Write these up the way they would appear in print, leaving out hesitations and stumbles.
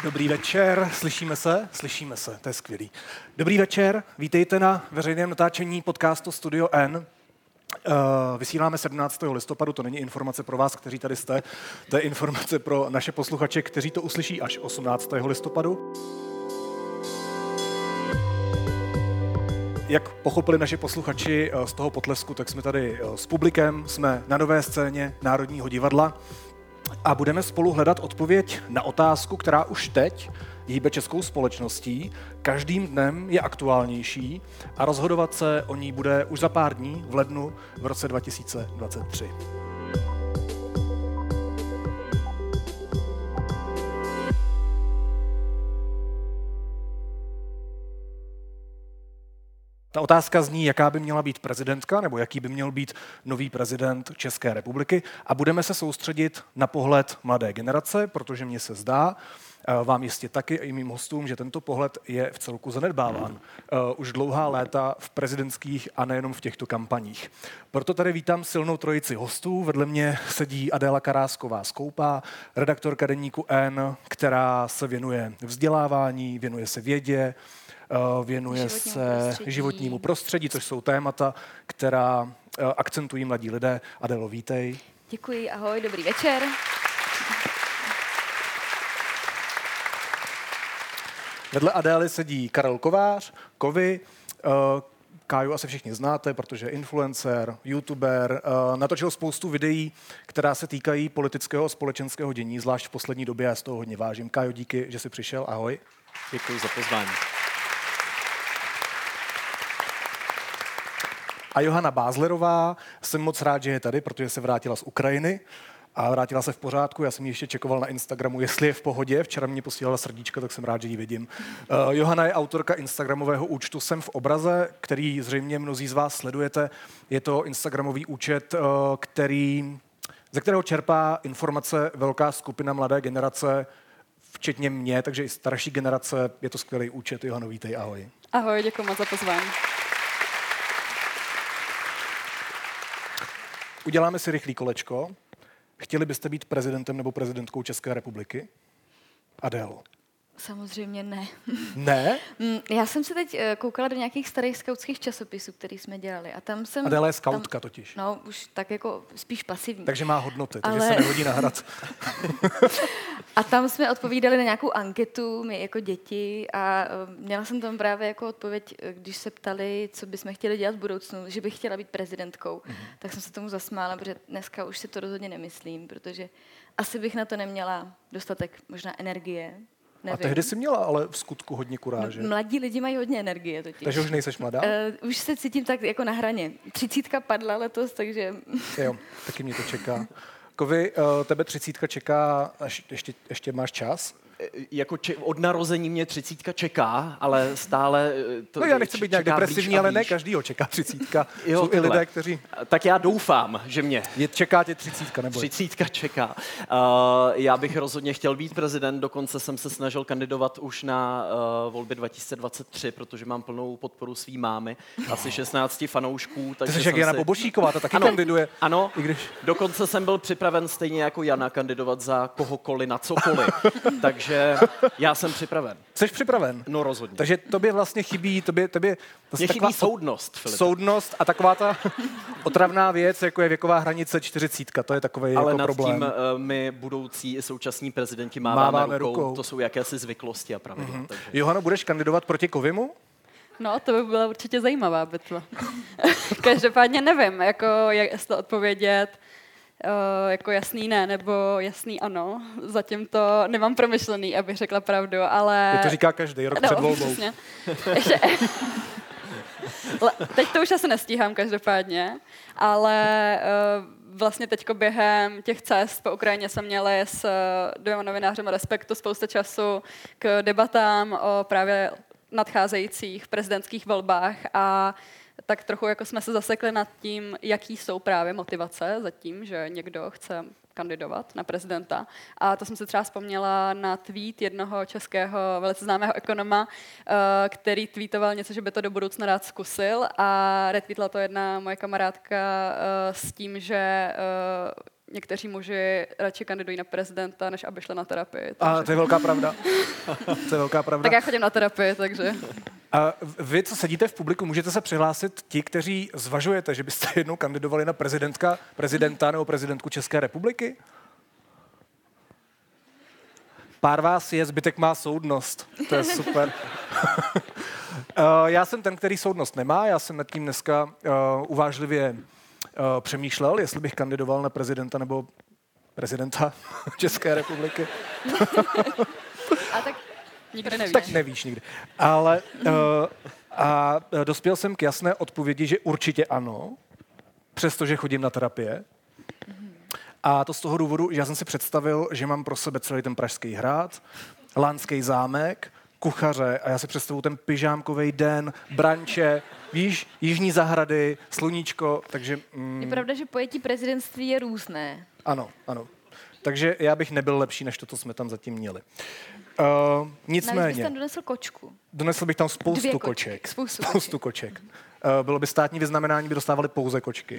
Dobrý večer, slyšíme se? Slyšíme se, to je skvělý. Dobrý večer, vítejte na veřejném natáčení podcastu Studio N. Vysíláme 17. listopadu, to není informace pro vás, kteří tady jste, to je informace pro naše posluchače, kteří to uslyší až 18. listopadu. Jak pochopili naši posluchači z toho potlesku, tak jsme tady s publikem, jsme na nové scéně Národního divadla a budeme spolu hledat odpověď na otázku, která už teď hýbe českou společností, každým dnem je aktuálnější a rozhodovat se o ní bude už za pár dní v lednu v roce 2023. Ta otázka zní, jaká by měla být prezidentka, nebo jaký by měl být nový prezident České republiky. A budeme se soustředit na pohled mladé generace, protože mně se zdá, vám jistě taky i mým hostům, že tento pohled je v celku zanedbáván už dlouhá léta v prezidentských a nejenom v těchto kampaních. Proto tady vítám silnou trojici hostů. Vedle mě sedí Adéla Karásková-Skoupá, redaktorka deníku N, která se věnuje vzdělávání, věnuje se vědě, věnuje se životnímu prostředí, což jsou témata, která akcentují mladí lidé. Adélo, vítej. Děkuji, ahoj, dobrý večer. Vedle Adély sedí Karel Kovář, Kovy. Káju asi všichni znáte, protože je influencer, youtuber, natočil spoustu videí, která se týkají politického a společenského dění, zvlášť v poslední době, já z toho hodně vážím. Kájo, díky, že jsi přišel, ahoj. Děkuji za pozvání. A Johana Bázlerová, jsem moc rád, že je tady, protože se vrátila z Ukrajiny a vrátila se v pořádku. Já jsem ji ještě čekoval na Instagramu, jestli je v pohodě. Včera mě posílala srdíčka, tak jsem rád, že ji vidím. Johana je autorka instagramového účtu Jsem v obraze, který zřejmě mnozí z vás sledujete. Je to instagramový účet, ze kterého čerpá informace velká skupina mladé generace, včetně mě, takže i starší generace. Je to skvělý účet. Johano, vítej, ahoj. Ahoj, děkuji moc za pozvání. Uděláme si rychlý kolečko. Chtěli byste být prezidentem nebo prezidentkou České republiky? Adélo. Samozřejmě ne. Ne? Já jsem se teď koukala do nějakých starých skautských časopisů, který jsme dělali. A tam jsem... Adéla je skautka totiž. No, už tak jako spíš pasivní. Takže má hodnoty, takže se nehodí na hrad. A tam jsme odpovídali na nějakou anketu, my jako děti, a měla jsem tam právě jako odpověď, když se ptali, co bychom chtěli dělat v budoucnu, že bych chtěla být prezidentkou, tak jsem se tomu zasmála, protože dneska už si to rozhodně nemyslím, protože asi bych na to neměla dostatek možná energie. Nevím. A tehdy jsi měla ale v skutku hodně kuráže. Mladí lidi mají hodně energie totiž. Takže už nejseš mladá? Už se cítím tak jako na hraně. 30 padla letos, takže... Jo, taky mě to čeká. Kovy, tebe 30 čeká, až ještě máš čas? Jako od narození mě 30 čeká, ale stále... No já nechci být nějak depresivní, ale ne každýho čeká 30. Jo, jsou i lidé, kteří... Tak já doufám, že mě... Čeká tě 30, nebo? 30 čeká. Já bych rozhodně chtěl být prezident, dokonce jsem se snažil kandidovat už na volby 2023, protože mám plnou podporu svý mámy, asi 16 fanoušků. Ty jsi jak Jana Bobošíková, ta taky kandiduje. Ano, i když... dokonce jsem byl připraven stejně jako Jana kandidovat za kohokoliv, na cokoliv. Takže já jsem připraven. Jsi připraven? No rozhodně. Takže tobě vlastně chybí... Mně chybí soudnost, Filipe. Soudnost a taková ta otravná věc, jako je věková hranice 40. To je takový jako problém. Ale nad tím my budoucí i současní prezidenti máváme rukou. To jsou jakési zvyklosti a pravidla. Takže... Johano, budeš kandidovat proti Kovimu? No, to by byla určitě zajímavá bitva. Každopádně nevím, jako jak to odpovědět. Jako jasný ne, nebo jasný ano. Zatím to nemám promyšlený, abych řekla pravdu, ale... To říká každý rok před volbou. Přesně. Teď to už asi nestíhám každopádně, ale vlastně teďko během těch cest po Ukrajině jsme měli s 2 novinářem Respektu spousta času k debatám o právě nadcházejících prezidentských volbách a tak trochu jako jsme se zasekli nad tím, jaký jsou právě motivace za tím, že někdo chce kandidovat na prezidenta. A to jsem se třeba vzpomněla na tweet jednoho českého velice známého ekonoma, který tweetoval něco, že by to do budoucna rád zkusil a retweetla to jedna moje kamarádka s tím, že někteří muži radši kandidují na prezidenta, než aby šli na terapii. A to je velká pravda. To je velká pravda. Tak já chodím na terapii, takže... A vy, co sedíte v publiku, můžete se přihlásit ti, kteří zvažujete, že byste jednou kandidovali na prezidenta nebo prezidentku České republiky? Pár vás je, zbytek má soudnost. To je super. Já jsem ten, který soudnost nemá. Já jsem nad tím dneska uvážlivě přemýšlel, jestli bych kandidoval na prezidenta nebo prezidenta České republiky. A tak nikdy nevíš. Tak nevíš nikdy. Ale dospěl jsem k jasné odpovědi, že určitě ano, přestože chodím na terapie. A to z toho důvodu, že já jsem si představil, že mám pro sebe celý ten Pražský hrad, Lánský zámek, kuchaře a já si představuji ten pyžámkový den, branče, víš, jižní zahrady, sluníčko, takže... Je pravda, že pojetí prezidentství je různé. Ano, ano. Takže já bych nebyl lepší, než to, co jsme tam zatím měli. Navíc bys Nicméně, tam donesl kočku. donesl bych tam spoustu 2 koček. Spoustu Koček. Bylo by státní vyznamenání, by dostávali pouze kočky.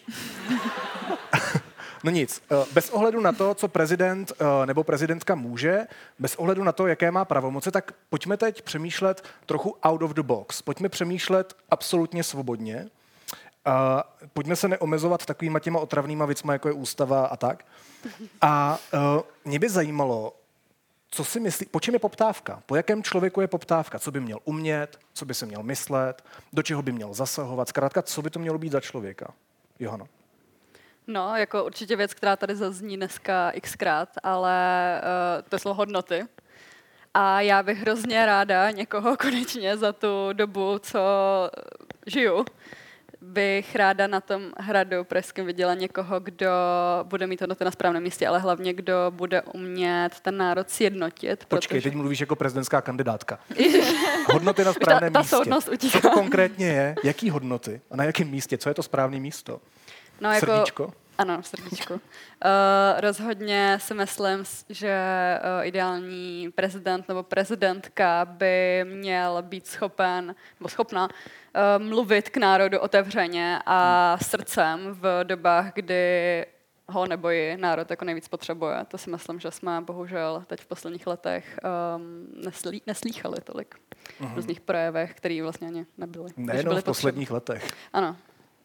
No nic, bez ohledu na to, co prezident nebo prezidentka může, bez ohledu na to, jaké má pravomoce, tak pojďme teď přemýšlet trochu out of the box. Pojďme přemýšlet absolutně svobodně. Pojďme se neomezovat takovýma těma otravnýma věcma, jako je ústava a tak. A mě by zajímalo, co si myslí, po čem je poptávka? Po jakém člověku je poptávka? Co by měl umět? Co by se měl myslet? Do čeho by měl zasahovat? Zkrátka, co by to mělo být za člověka? Johano. No, jako určitě věc, která tady zazní dneska xkrát, ale to jsou hodnoty. A já bych hrozně ráda někoho konečně za tu dobu, co žiju, bych ráda na tom hradu pražském viděla někoho, kdo bude mít hodnoty na správném místě, ale hlavně kdo bude umět ten národ sjednotit. Počkej, teď mluvíš jako prezidentská kandidátka. Hodnoty na správném ta místě. soudnost utíká. Co to konkrétně je? Jaký hodnoty? A na jakém místě? Co je to správné místo? No, jako, Srdíčko? Ano, srdíčko. Rozhodně si myslím, že ideální prezident nebo prezidentka by měl být schopen nebo schopna mluvit k národu otevřeně a srdcem v dobách, kdy ho nebo ji národ jako nejvíc potřebuje. To si myslím, že jsme bohužel teď v posledních letech neslýchali tolik v různých projevech, které vlastně ani nebyly. Nejenom v posledních letech. Ano.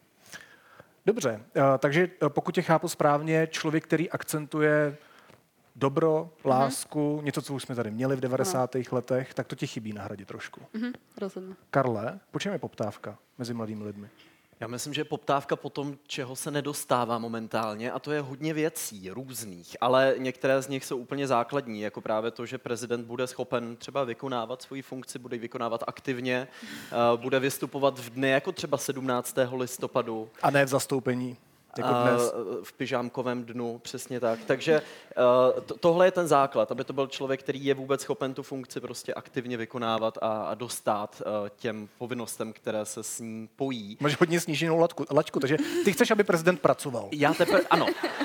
Dobře, takže pokud tě chápu správně, člověk, který akcentuje dobro, lásku, něco, co už jsme tady měli v 90. letech, tak to ti chybí na hradě trošku. Rozhodně. Karle, po čem je poptávka mezi mladými lidmi? Já myslím, že poptávka po tom, čeho se nedostává momentálně, a to je hodně věcí různých, ale některé z nich jsou úplně základní, jako právě to, že prezident bude schopen třeba vykonávat svoji funkci, bude ji vykonávat aktivně, bude vystupovat v dny jako třeba 17. listopadu. A ne v zastoupení, jako dnes. V pyžámkovém dnu, přesně tak. Takže tohle je ten základ, aby to byl člověk, který je vůbec schopen tu funkci prostě aktivně vykonávat a dostát těm povinnostem, které se s ní pojí. Máš hodně sníženou laťku, takže ty chceš, aby prezident pracoval. Ano.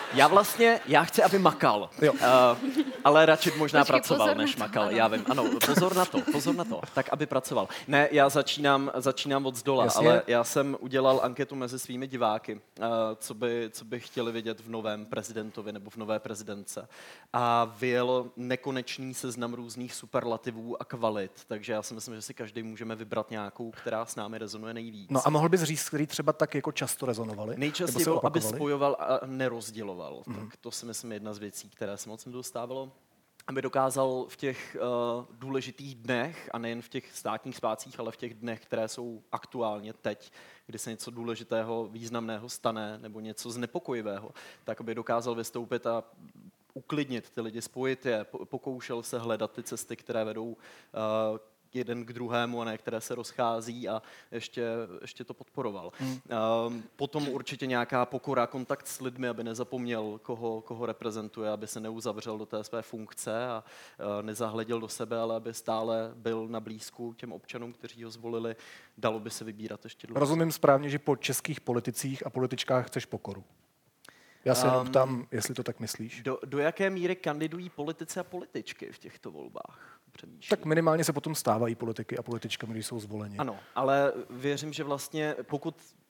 Já chci, aby makal. Ale radši možná Počkej, pracoval, pozor než na to, makal. ano. Já vím, ano, pozor na to, tak aby pracoval. Ne, já začínám od zdola, Jasně. ale já jsem udělal anketu mezi svými diváky, co by chtěli vidět v novém prezidentovi nebo v nové prezidentce. A vyjel nekonečný seznam různých superlativů a kvalit, takže já si myslím, že si každý můžeme vybrat nějakou, která s námi rezonuje nejvíc. No a mohl bys říct, který třeba tak jako často rezonovali? Nejčastěji bylo, aby spojoval a nerozděloval. Tak to si myslím je jedna z věcí, které se moc nedostávalo. Aby dokázal v těch důležitých dnech, a nejen v těch státních svátcích, ale v těch dnech, které jsou aktuálně teď, kdy se něco důležitého, významného stane, nebo něco znepokojivého, tak aby dokázal vystoupit a uklidnit ty lidi, spojit je, pokoušel se hledat ty cesty, které vedou jeden k druhému, a ne které se rozchází, a ještě to podporoval. Potom určitě nějaká pokora, kontakt s lidmi, aby nezapomněl, koho reprezentuje, aby se neuzavřel do té své funkce a nezahleděl do sebe, ale aby stále byl na blízku těm občanům, kteří ho zvolili. Dalo by se vybírat ještě dlouho. Rozumím správně, že po českých politicích a političkách chceš pokoru. Já se jenom ptám, jestli to tak myslíš. Do jaké míry kandidují politici a političky v těchto volbách? Přemýšlím. Tak minimálně se potom stávají politiky a političkami, když jsou zvoleni. Ano, ale věřím, že vlastně pokud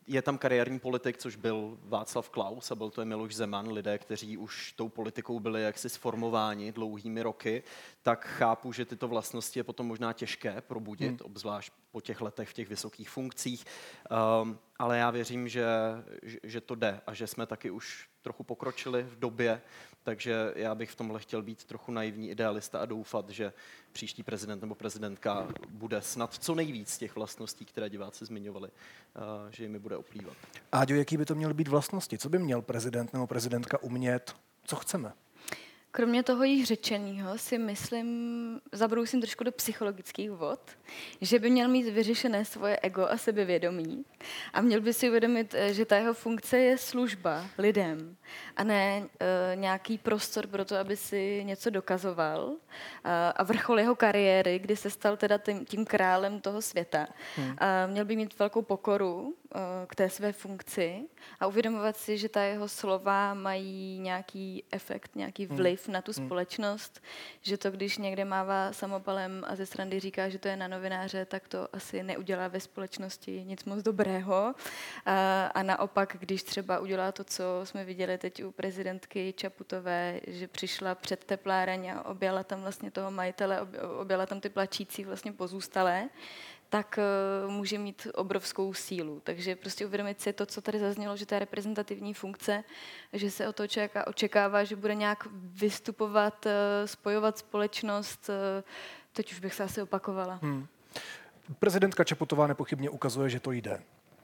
je tam kariérní politik, což byl Václav Klaus a byl to i Miloš Zeman, lidé, kteří už tou politikou byli jaksi sformováni dlouhými roky, tak chápu, že tyto vlastnosti je potom možná těžké probudit, obzvlášť po těch letech v těch vysokých funkcích, ale já věřím, že to jde a že jsme taky už trochu pokročili v době, takže já bych v tomhle chtěl být trochu naivní idealista a doufat, že příští prezident nebo prezidentka bude snad co nejvíc těch vlastností, které diváci zmiňovali, že jimi bude oplývat. Áďo, jaký by to měly být vlastnosti? Co by měl prezident nebo prezidentka umět? Co chceme? Kromě toho již řečeného si myslím, zabrousím trošku do psychologických vod, že by měl mít vyřešené svoje ego a sebevědomí a měl by si uvědomit, že ta jeho funkce je služba lidem a ne nějaký prostor pro to, aby si něco dokazoval. A vrchol jeho kariéry, kdy se stal teda tím králem toho světa, měl by mít velkou pokoru k té své funkci a uvědomovat si, že ta jeho slova mají nějaký efekt, nějaký vliv na tu společnost, že to, když někde mává samopalem a ze srandy říká, že to je na novináře, tak to asi neudělá ve společnosti nic moc dobrého. A naopak, když třeba udělá to, co jsme viděli teď u prezidentky Čaputové, že přišla před tepláreň a objala tam vlastně toho majitele, objala tam ty plačící vlastně pozůstalé, tak může mít obrovskou sílu. Takže prostě uvědomit si to, co tady zaznělo, že ta reprezentativní funkce, že se o to očekává, že bude nějak vystupovat, spojovat společnost. Teď už bych se asi opakovala. Prezidentka Čaputová nepochybně ukazuje, že to jde.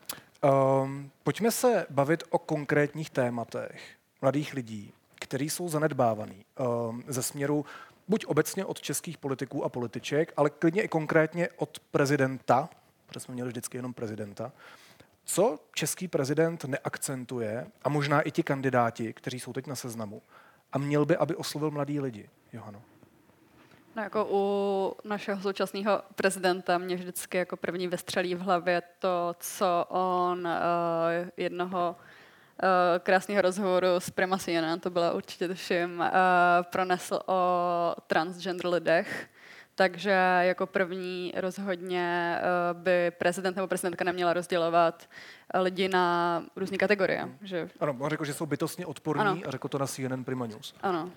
Pojďme se bavit o konkrétních tématech mladých lidí, kteří jsou zanedbávaný ze směru buď obecně od českých politiků a političek, ale klidně i konkrétně od prezidenta, protože jsme měli vždycky jenom prezidenta. Co český prezident neakcentuje, a možná i ti kandidáti, kteří jsou teď na seznamu, a měl by, aby oslovil mladí lidi? Johano. No, jako u našeho současného prezidenta mě vždycky jako první vystřelí v hlavě to, co on jednoho krásného rozhovoru s Prima CNN, to byla určitě tuším, pronesl o transgender lidech. Takže jako první rozhodně by prezident nebo prezidentka neměla rozdělovat lidi na různé kategorie. Že... Ano, on řekl, že jsou bytostně odporní ano. A řekl to na CNN Prima News. Ano,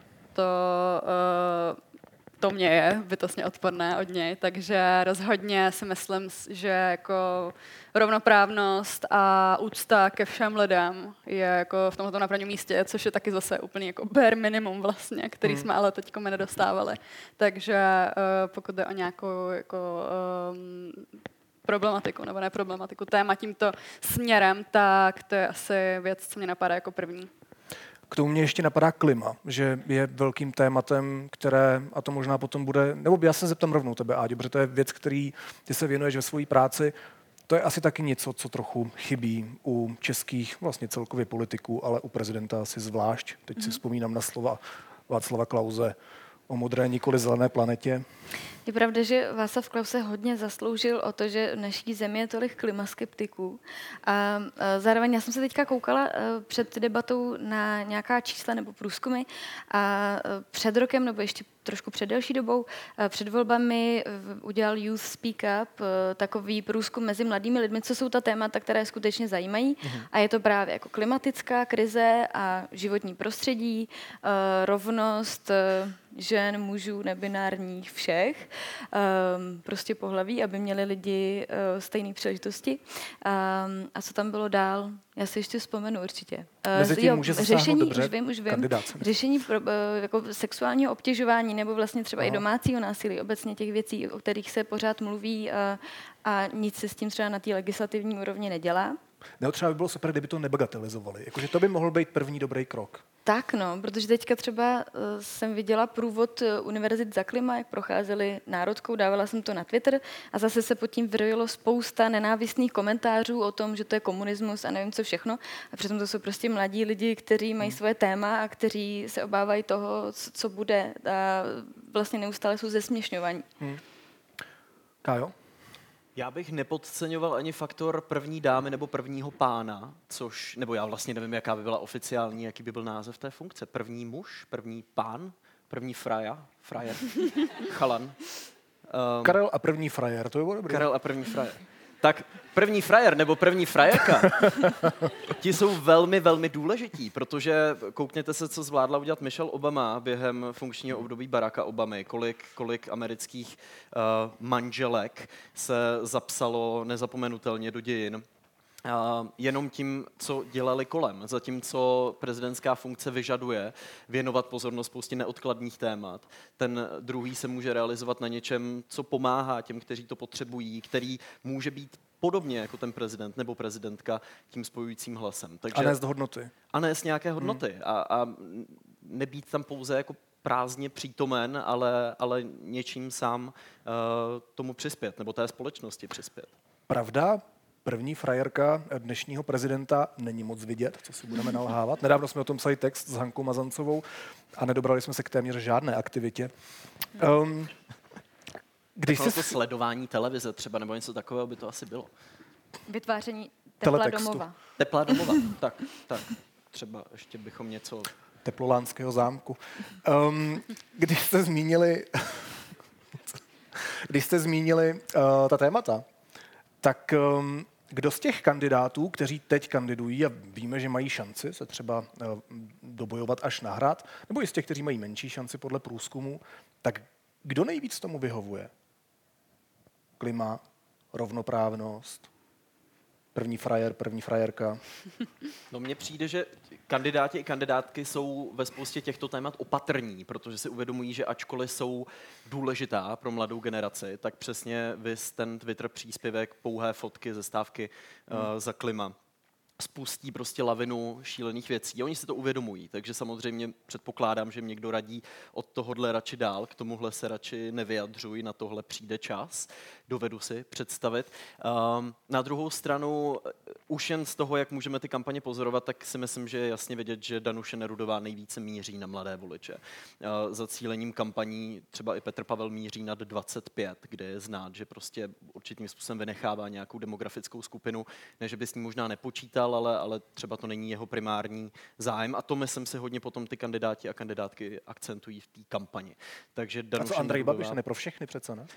to mě je bytostně odporné od něj, takže rozhodně si myslím, že jako rovnoprávnost a úcta ke všem lidem je jako v tomto na prvním místě, což je taky zase úplně jako bare minimum vlastně, který jsme ale teď nedostávali. Takže pokud jde o nějakou jako problematiku nebo neproblematiku, téma tímto směrem, tak to je asi věc, co mě napadá jako první. K tomu mě ještě napadá klima, že je velkým tématem, které, a to možná potom bude, nebo já se zeptám rovnou tebe, Áďo, protože to je věc, který ty se věnuješ ve své práci. To je asi taky něco, co trochu chybí u českých vlastně celkově politiků, ale u prezidenta asi zvlášť. Teď si vzpomínám na slova Václava Klause o modré, nikoli zelené planetě. Je pravda, že Václav Klaus se hodně zasloužil o to, že v naší zemi je tolik klimaskeptiků. A zároveň já jsem se teďka koukala před debatou na nějaká čísla nebo průzkumy a před rokem, nebo ještě trošku před delší dobou, před volbami udělal Youth Speak Up takový průzkum mezi mladými lidmi, co jsou ta témata, které skutečně zajímají. A je to právě jako klimatická krize a životní prostředí, rovnost žen, mužů, nebinárních, všech, prostě pohlaví, aby měli lidi stejné příležitosti. A co tam bylo dál? Já si ještě vzpomenu určitě. Mezitím může zasáhnout dobře už vím. Řešení jako sexuálního obtěžování nebo vlastně třeba i domácího násilí, obecně těch věcí, o kterých se pořád mluví a nic se s tím třeba na té legislativní úrovni nedělá. Nebo třeba by bylo super, kdyby to nebagatelizovali. Jakože to by mohl být první dobrý krok. Tak no, protože teďka třeba jsem viděla průvod Univerzit za klima, jak procházeli národkou, dávala jsem to na Twitter a zase se pod tím vyrojilo spousta nenávistných komentářů o tom, že to je komunismus a nevím co všechno. A přitom to jsou prostě mladí lidi, kteří mají svoje téma a kteří se obávají toho, co bude a vlastně neustále jsou zesměšňovaní. Kájo? Já bych nepodceňoval ani faktor první dámy nebo prvního pána, což, nebo já vlastně nevím, jaká by byla oficiální, jaký by byl název té funkce. První muž, první pán, první frajer, chalan. Karel a první frajer, to by bylo dobré. Karel a první frajer. tak první frajer nebo první frajerka, ti jsou velmi, velmi důležití, protože koukněte se, co zvládla udělat Michelle Obama během funkčního období Baracka Obamy, kolik amerických manželek se zapsalo nezapomenutelně do dějin. Jenom tím, co dělali kolem. Zatímco prezidentská funkce vyžaduje věnovat pozornost spoustě neodkladných témat, ten druhý se může realizovat na něčem, co pomáhá těm, kteří to potřebují, který může být podobně jako ten prezident nebo prezidentka tím spojujícím hlasem. Takže, a nést hodnoty. A nést nějaké hodnoty. A nebýt tam pouze jako prázdně přítomen, ale něčím sám tomu přispět, nebo té společnosti přispět. Pravda? První frajerka dnešního prezidenta není moc vidět, co si budeme nalhávat. Nedávno jsme o tom psali text s Hankou Mazancovou a nedobrali jsme se k téměř žádné aktivitě. Když to sledování televize třeba, nebo něco takového by to asi bylo. Vytváření tepla domova. Tepla domova, tak. Třeba ještě bychom něco... Teplolánského zámku. Když jste zmínili ta témata, tak kdo z těch kandidátů, kteří teď kandidují a víme, že mají šanci se třeba dobojovat až na Hrad, nebo i z těch, kteří mají menší šanci podle průzkumu, tak kdo nejvíc tomu vyhovuje? Klima, rovnoprávnost, první frajer, první frajerka? No mně přijde, že kandidáti i kandidátky jsou ve spoustě těchto témat opatrní, protože si uvědomují, že ačkoliv jsou důležitá pro mladou generaci, tak přesně vys ten Twitter příspěvek, pouhé fotky ze stávky za klima spustí prostě lavinu šílených věcí. A oni si to uvědomují, takže samozřejmě předpokládám, že mě někdo radí od tohohle radši dál, k tomuhle se radši nevyjadřuj, na tohle přijde čas, dovedu si představit. Na druhou stranu, už jen z toho, jak můžeme ty kampaně pozorovat, tak si myslím, že je jasně vidět, že Danuše Nerudová nejvíce míří na mladé voliče. Za cílením kampaní třeba i Petr Pavel míří nad 25, kde je znát, že prostě určitým způsobem vynechává nějakou demografickou skupinu, ne, že by s ní možná nepočítal, ale třeba to není jeho primární zájem. A to myslím si hodně potom ty kandidáti a kandidátky akcentují v té kampani. Takže a co Andrej Babiš, ne pro všechny přece, ne?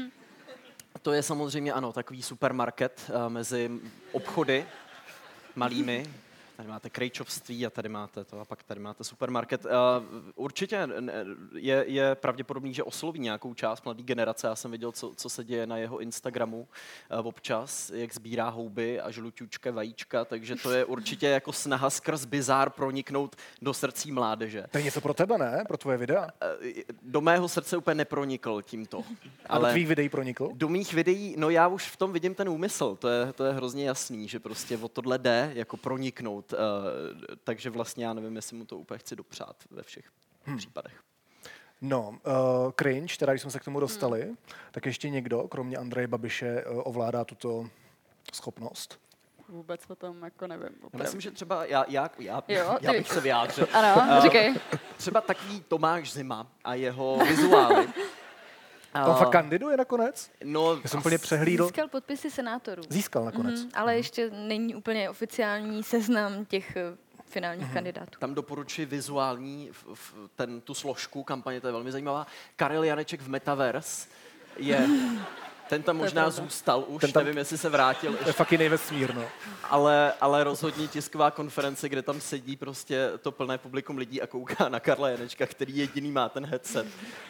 To je samozřejmě, ano, takový supermarket mezi obchody malými. Tady máte krejčovství a tady máte to a pak tady máte supermarket. Určitě je pravděpodobný, že osloví nějakou část mladé generace. Já jsem viděl, co se děje na jeho Instagramu občas, jak sbírá houby a žluťučké vajíčka, takže to je určitě jako snaha skrz bizár proniknout do srdcí mládeže. To je něco pro tebe, ne? Pro tvoje videa? Do mého srdce úplně nepronikl tímto. A do tvých videí pronikl? Do mých videí, no já už v tom vidím ten úmysl, to je hrozně jasný, že prostě o tohle jde jako proniknout. Takže vlastně já nevím, jestli mu to úplně chci dopřát ve všech případech. No, cringe, teda když jsme se k tomu dostali, tak ještě někdo, kromě Andreje Babiše, ovládá tuto schopnost? Vůbec o tom jako nevím. Já myslím, že třeba já bych se vyjádřil. Ano, říkej. Třeba takový Tomáš Zima a jeho vizuály. On fakt kandiduje nakonec? No, já jsem úplně přehlídl. Získal podpisy senátorů. Získal nakonec. Ale ještě není úplně oficiální seznam těch finálních kandidátů. Tam doporučuji vizuální tu složku kampaně, to je velmi zajímavá. Karel Janeček v Metaverse je... Ten tam možná zůstal už, nevím, jestli se vrátil. To je fakt jiný vesmír, no. Ale rozhodně tisková konference, kde tam sedí prostě to plné publikum lidí a kouká na Karla Janečka, který jediný má ten headset.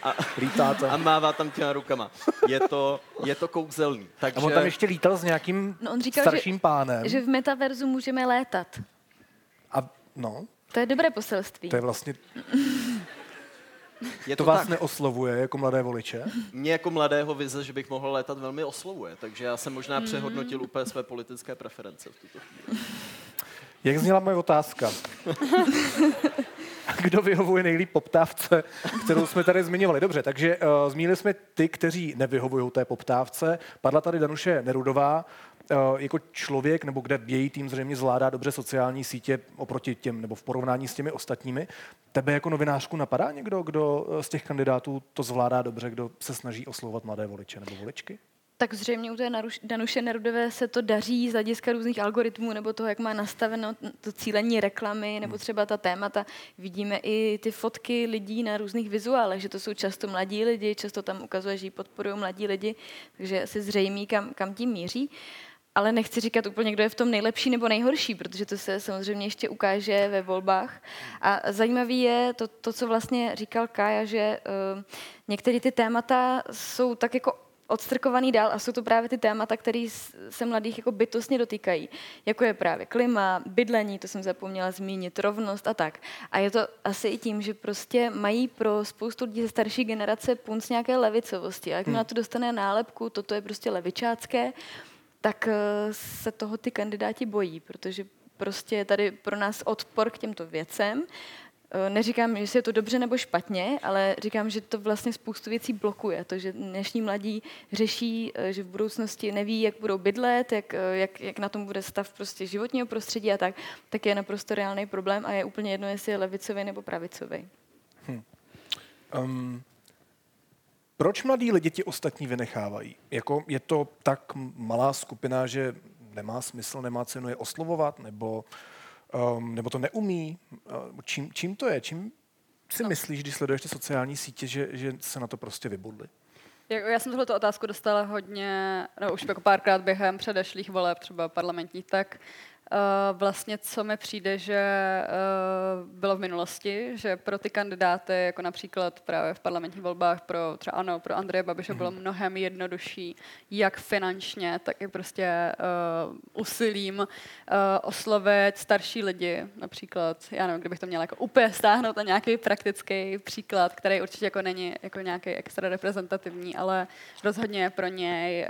A mává tam těma rukama. Je to kouzelný. Takže... A on tam ještě lítal s nějakým on říkal, starším pánem. Že v metaverzu můžeme létat. A no. To je dobré poselství. To je vlastně... Je to vás tak neoslovuje jako mladé voliče? Mě jako mladého vize, že bych mohl létat, velmi oslovuje, takže já jsem možná přehodnotil úplně své politické preference v tuto chvíli. Jak zněla moje otázka? Kdo vyhovuje nejlíp poptávce, kterou jsme tady zmiňovali? Dobře, takže zmínili jsme ty, kteří nevyhovují té poptávce. Padla tady Danuše Nerudová. Jako člověk, nebo kde její tým zřejmě zvládá dobře sociální sítě oproti těm, nebo v porovnání s těmi ostatními. Tebe jako novinářku napadá někdo, kdo z těch kandidátů to zvládá dobře, kdo se snaží oslovovat mladé voliče nebo voličky? Tak zřejmě u té Danuše Nerudové se to daří z hlediska různých algoritmů nebo toho, jak má nastaveno to cílení reklamy nebo třeba ta témata. Vidíme i ty fotky lidí na různých vizuálech, že to jsou často mladí lidi, často tam ukazuje, že ji podporují mladí lidi, takže asi zřejmý, kam tím míří. Ale nechci říkat úplně, kdo je v tom nejlepší nebo nejhorší, protože to se samozřejmě ještě ukáže ve volbách. A zajímavý je to co vlastně říkal Kája, že některé ty témata jsou tak jako odstrkovaný dál a jsou to právě ty témata, které se mladých jako bytostně dotýkají, jako je právě klima, bydlení, to jsem zapomněla zmínit, rovnost a tak. A je to asi i tím, že prostě mají pro spoustu lidí ze starší generace punc nějaké levicovosti. A jak na to dostane nálepku, toto je prostě levičácké, tak se toho ty kandidáti bojí, protože prostě je tady pro nás odpor k těmto věcem. Neříkám, že je to dobře nebo špatně, ale říkám, že to vlastně spoustu věcí blokuje. To, že dnešní mladí řeší, že v budoucnosti neví, jak budou bydlet, jak na tom bude stav prostě životního prostředí a tak je naprosto reálný problém a je úplně jedno, jestli je levicový nebo pravicový. Proč mladí lidi ti ostatní vynechávají? Jako je to tak malá skupina, že nemá smysl, nemá cenu je oslovovat, nebo to neumí? Čím to je? Čím si myslíš, když sleduješ ty sociální sítě, že se na to prostě vybudli? Já jsem tuhle otázku dostala hodně, no už jako párkrát během předešlých voleb, třeba parlamentních, tak vlastně co mi přijde, že bylo v minulosti, že pro ty kandidáty, jako například právě v parlamentních volbách pro třeba ANO, pro Andreje Babiše bylo mnohem jednodušší, jak finančně, tak i prostě úsilím oslovit starší lidi, například, já nevím, kdybych to měla jako úplně stáhnout na nějaký praktický příklad, který určitě jako není jako nějaký extra reprezentativní, ale rozhodně pro něj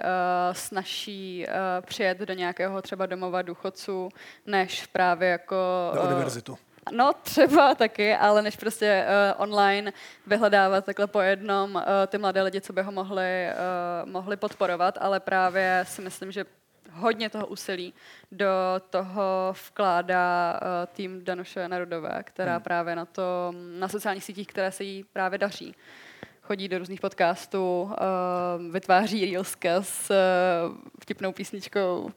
snazší přijet do nějakého třeba domova důchodců, než právě jako... Na univerzitu. No třeba taky, ale než prostě online vyhledávat takhle po jednom ty mladé lidi, co by ho mohli podporovat, ale právě si myslím, že hodně toho úsilí do toho vkládá tým Danuše Nerudové, která právě na sociálních sítích, které se jí právě daří. Chodí do různých podcastů, vytváří reelska s vtipnou písničkou,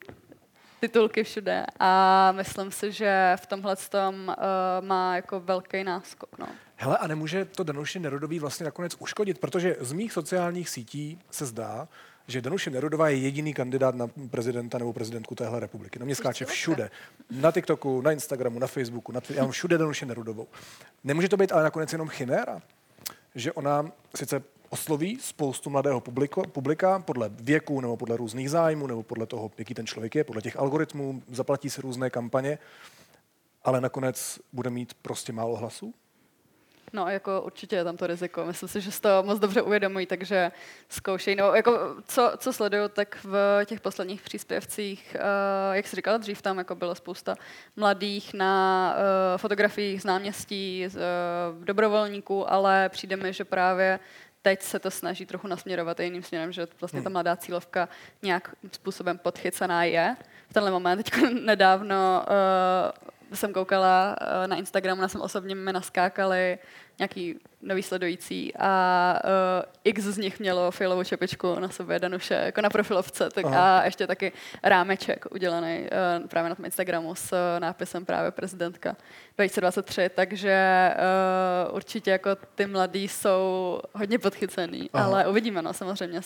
titulky všude a myslím si, že v tomhle má jako velký náskok. No. Hele, a nemůže to Danuši Nerudový vlastně nakonec uškodit, protože z mých sociálních sítí se zdá, že Danuše Nerudová je jediný kandidát na prezidenta nebo prezidentku téhle republiky. Na mě skáče všude. Na TikToku, na Instagramu, na Facebooku, já mám všude Danuši Nerudovou. Nemůže to být ale nakonec jenom chiméra? Že ona sice osloví spoustu mladého publika podle věku nebo podle různých zájmů nebo podle toho, jaký ten člověk je, podle těch algoritmů, zaplatí se různé kampaně, ale nakonec bude mít prostě málo hlasů? No, jako určitě je tam to riziko. Myslím si, že si to moc dobře uvědomují, takže zkoušejí. No, jako co sleduju, tak v těch posledních příspěvcích, jak jsi říkala dřív, tam jako bylo spousta mladých na fotografiích z náměstí, dobrovolníků, ale přijde mi, že právě teď se to snaží trochu nasměrovat jiným směrem, že vlastně ta mladá cílovka nějakým způsobem podchycená je. V tenhle moment, teď nedávno jsem koukala na Instagramu, na svém osobním mi naskákali nějaký nový sledující a x z nich mělo fialovou čepičku na sobě Danuše, jako na profilovce, tak a ještě taky rámeček udělaný právě na tom Instagramu s nápisem právě prezidentka 2023, takže určitě jako ty mladí jsou hodně podchycený, ale uvidíme, no samozřejmě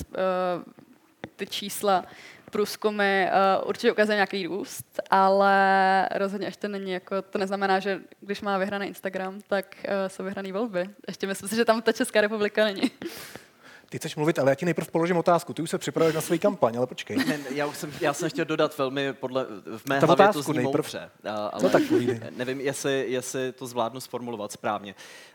ty čísla, průzkumy určitě ukazují nějaký růst, ale rozhodně ještě není jako, to neznamená, že když má vyhraný Instagram, tak jsou vyhraný volby. Ještě myslím si, že tam ta Česká republika není. Ty chceš mluvit, ale já ti nejprv položím otázku. Ty už se připravuješ na svou kampaň, ale počkej. Ne, já jsem chtěl dodat velmi, v mé hlavě to zní moudře, ale tak nevím, jestli to zvládnu sformulovat správně.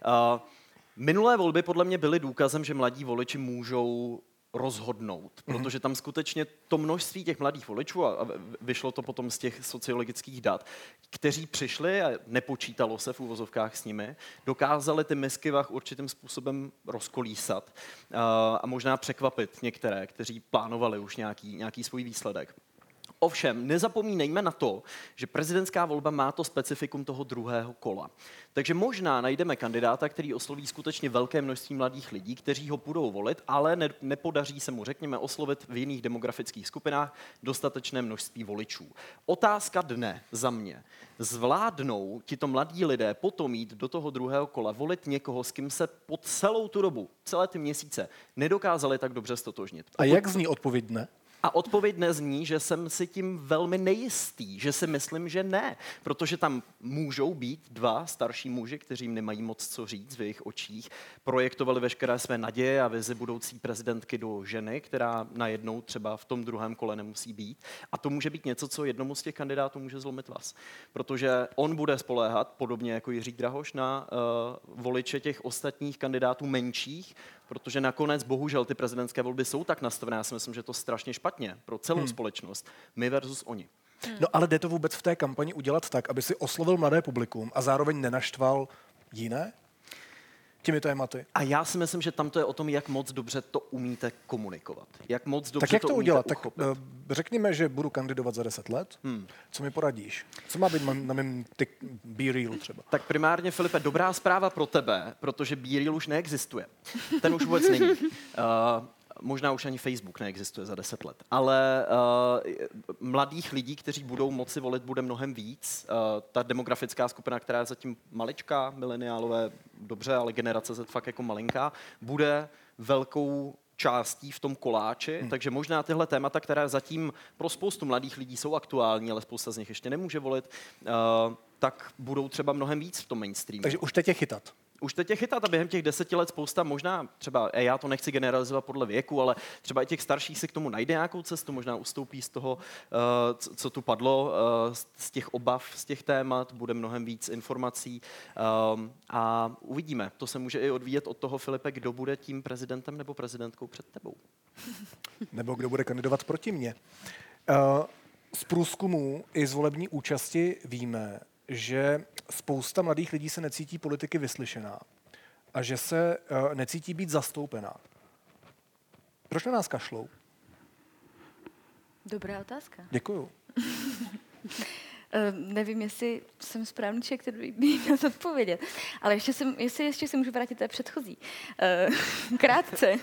Minulé volby podle mě byly důkazem, že mladí voliči můžou rozhodnout, protože tam skutečně to množství těch mladých voličů, a vyšlo to potom z těch sociologických dat, kteří přišli a nepočítalo se v úvozovkách s nimi, dokázali ty misky vah určitým způsobem rozkolísat a možná překvapit některé, kteří plánovali už nějaký svůj výsledek. Ovšem, nezapomínejme na to, že prezidentská volba má to specifikum toho druhého kola. Takže možná najdeme kandidáta, který osloví skutečně velké množství mladých lidí, kteří ho budou volit, ale nepodaří se mu, řekněme, oslovit v jiných demografických skupinách dostatečné množství voličů. Otázka dne za mě. Zvládnou tito mladí lidé potom jít do toho druhého kola, volit někoho, s kým se po celou tu dobu, celé ty měsíce, nedokázali tak dobře stotožnit? A jak zní odpověď ne? A odpověď nezní, že jsem si tím velmi nejistý, že si myslím, že ne, protože tam můžou být dva starší muži, kteří nemají moc co říct v jejich očích, projektovali veškeré své naděje a vizi budoucí prezidentky do ženy, která najednou třeba v tom druhém kole nemusí být. A to může být něco, co jednomu z těch kandidátů může zlomit vás, protože on bude spoléhat, podobně jako Jiří Drahoš, na voliče těch ostatních kandidátů menších, protože nakonec bohužel ty prezidentské volby jsou tak nastavené, já si myslím, že to strašně špatně pro celou společnost, my versus oni. No ale jde to vůbec v té kampani udělat tak, aby si oslovil mladé publikum a zároveň nenaštval jiné těmi tématy? A já si myslím, že tam to je o tom, jak moc dobře to umíte komunikovat. Jak moc dobře Tak jak to udělat? Tak uchopit. řekněme, že budu kandidovat za 10 let. Co mi poradíš? Co má být na mém BeReal třeba? Tak primárně, Filipe, dobrá zpráva pro tebe, protože BeReal už neexistuje. Ten už vůbec není. Možná už ani Facebook neexistuje za 10 let. Ale mladých lidí, kteří budou moci volit, bude mnohem víc. Ta demografická skupina, která je zatím maličká, mileniálové, dobře, ale generace Z fakt jako malinká, bude velkou částí v tom koláči, takže možná tyhle témata, které zatím pro spoustu mladých lidí jsou aktuální, ale spousta z nich ještě nemůže volit, tak budou třeba mnohem víc v tom mainstreamu. Takže už teď je chytat. Už teď je chytat a během těch 10 let spousta možná třeba, já to nechci generalizovat podle věku, ale třeba i těch starších si k tomu najde nějakou cestu, možná ustoupí z toho, co tu padlo, z těch obav, z těch témat, bude mnohem víc informací a uvidíme. To se může i odvíjet od toho, Filipe, kdo bude tím prezidentem nebo prezidentkou před tebou. Nebo kdo bude kandidovat proti mně. Z průzkumů i z volební účasti víme, že spousta mladých lidí se necítí politiky vyslyšená a že se necítí být zastoupená. Proč na nás kašlou? Dobrá otázka. Děkuju. Nevím, jestli jsem správný člověk, který by měl odpovědět. Ale ještě se můžu vrátit té předchozí. Krátce.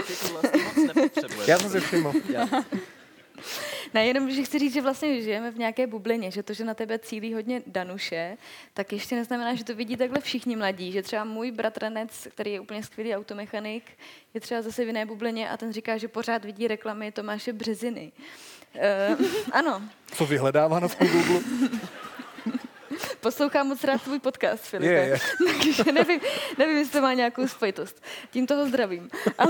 Já jsem si všiml. Ne, jenom, že chci říct, že vlastně žijeme v nějaké bublině, že to, že na tebe cílí hodně Danuše, tak ještě neznamená, že to vidí takhle všichni mladí, že třeba můj bratranec, který je úplně skvělý automechanik, je třeba zase v jiné bublině a ten říká, že pořád vidí reklamy Tomáše Březiny. Ano. Co vyhledává na tom Google? Poslouchám moc rád tvůj podcast, Filipe. Takže nevím, jestli to má nějakou spojitost. Tím toho zdravím.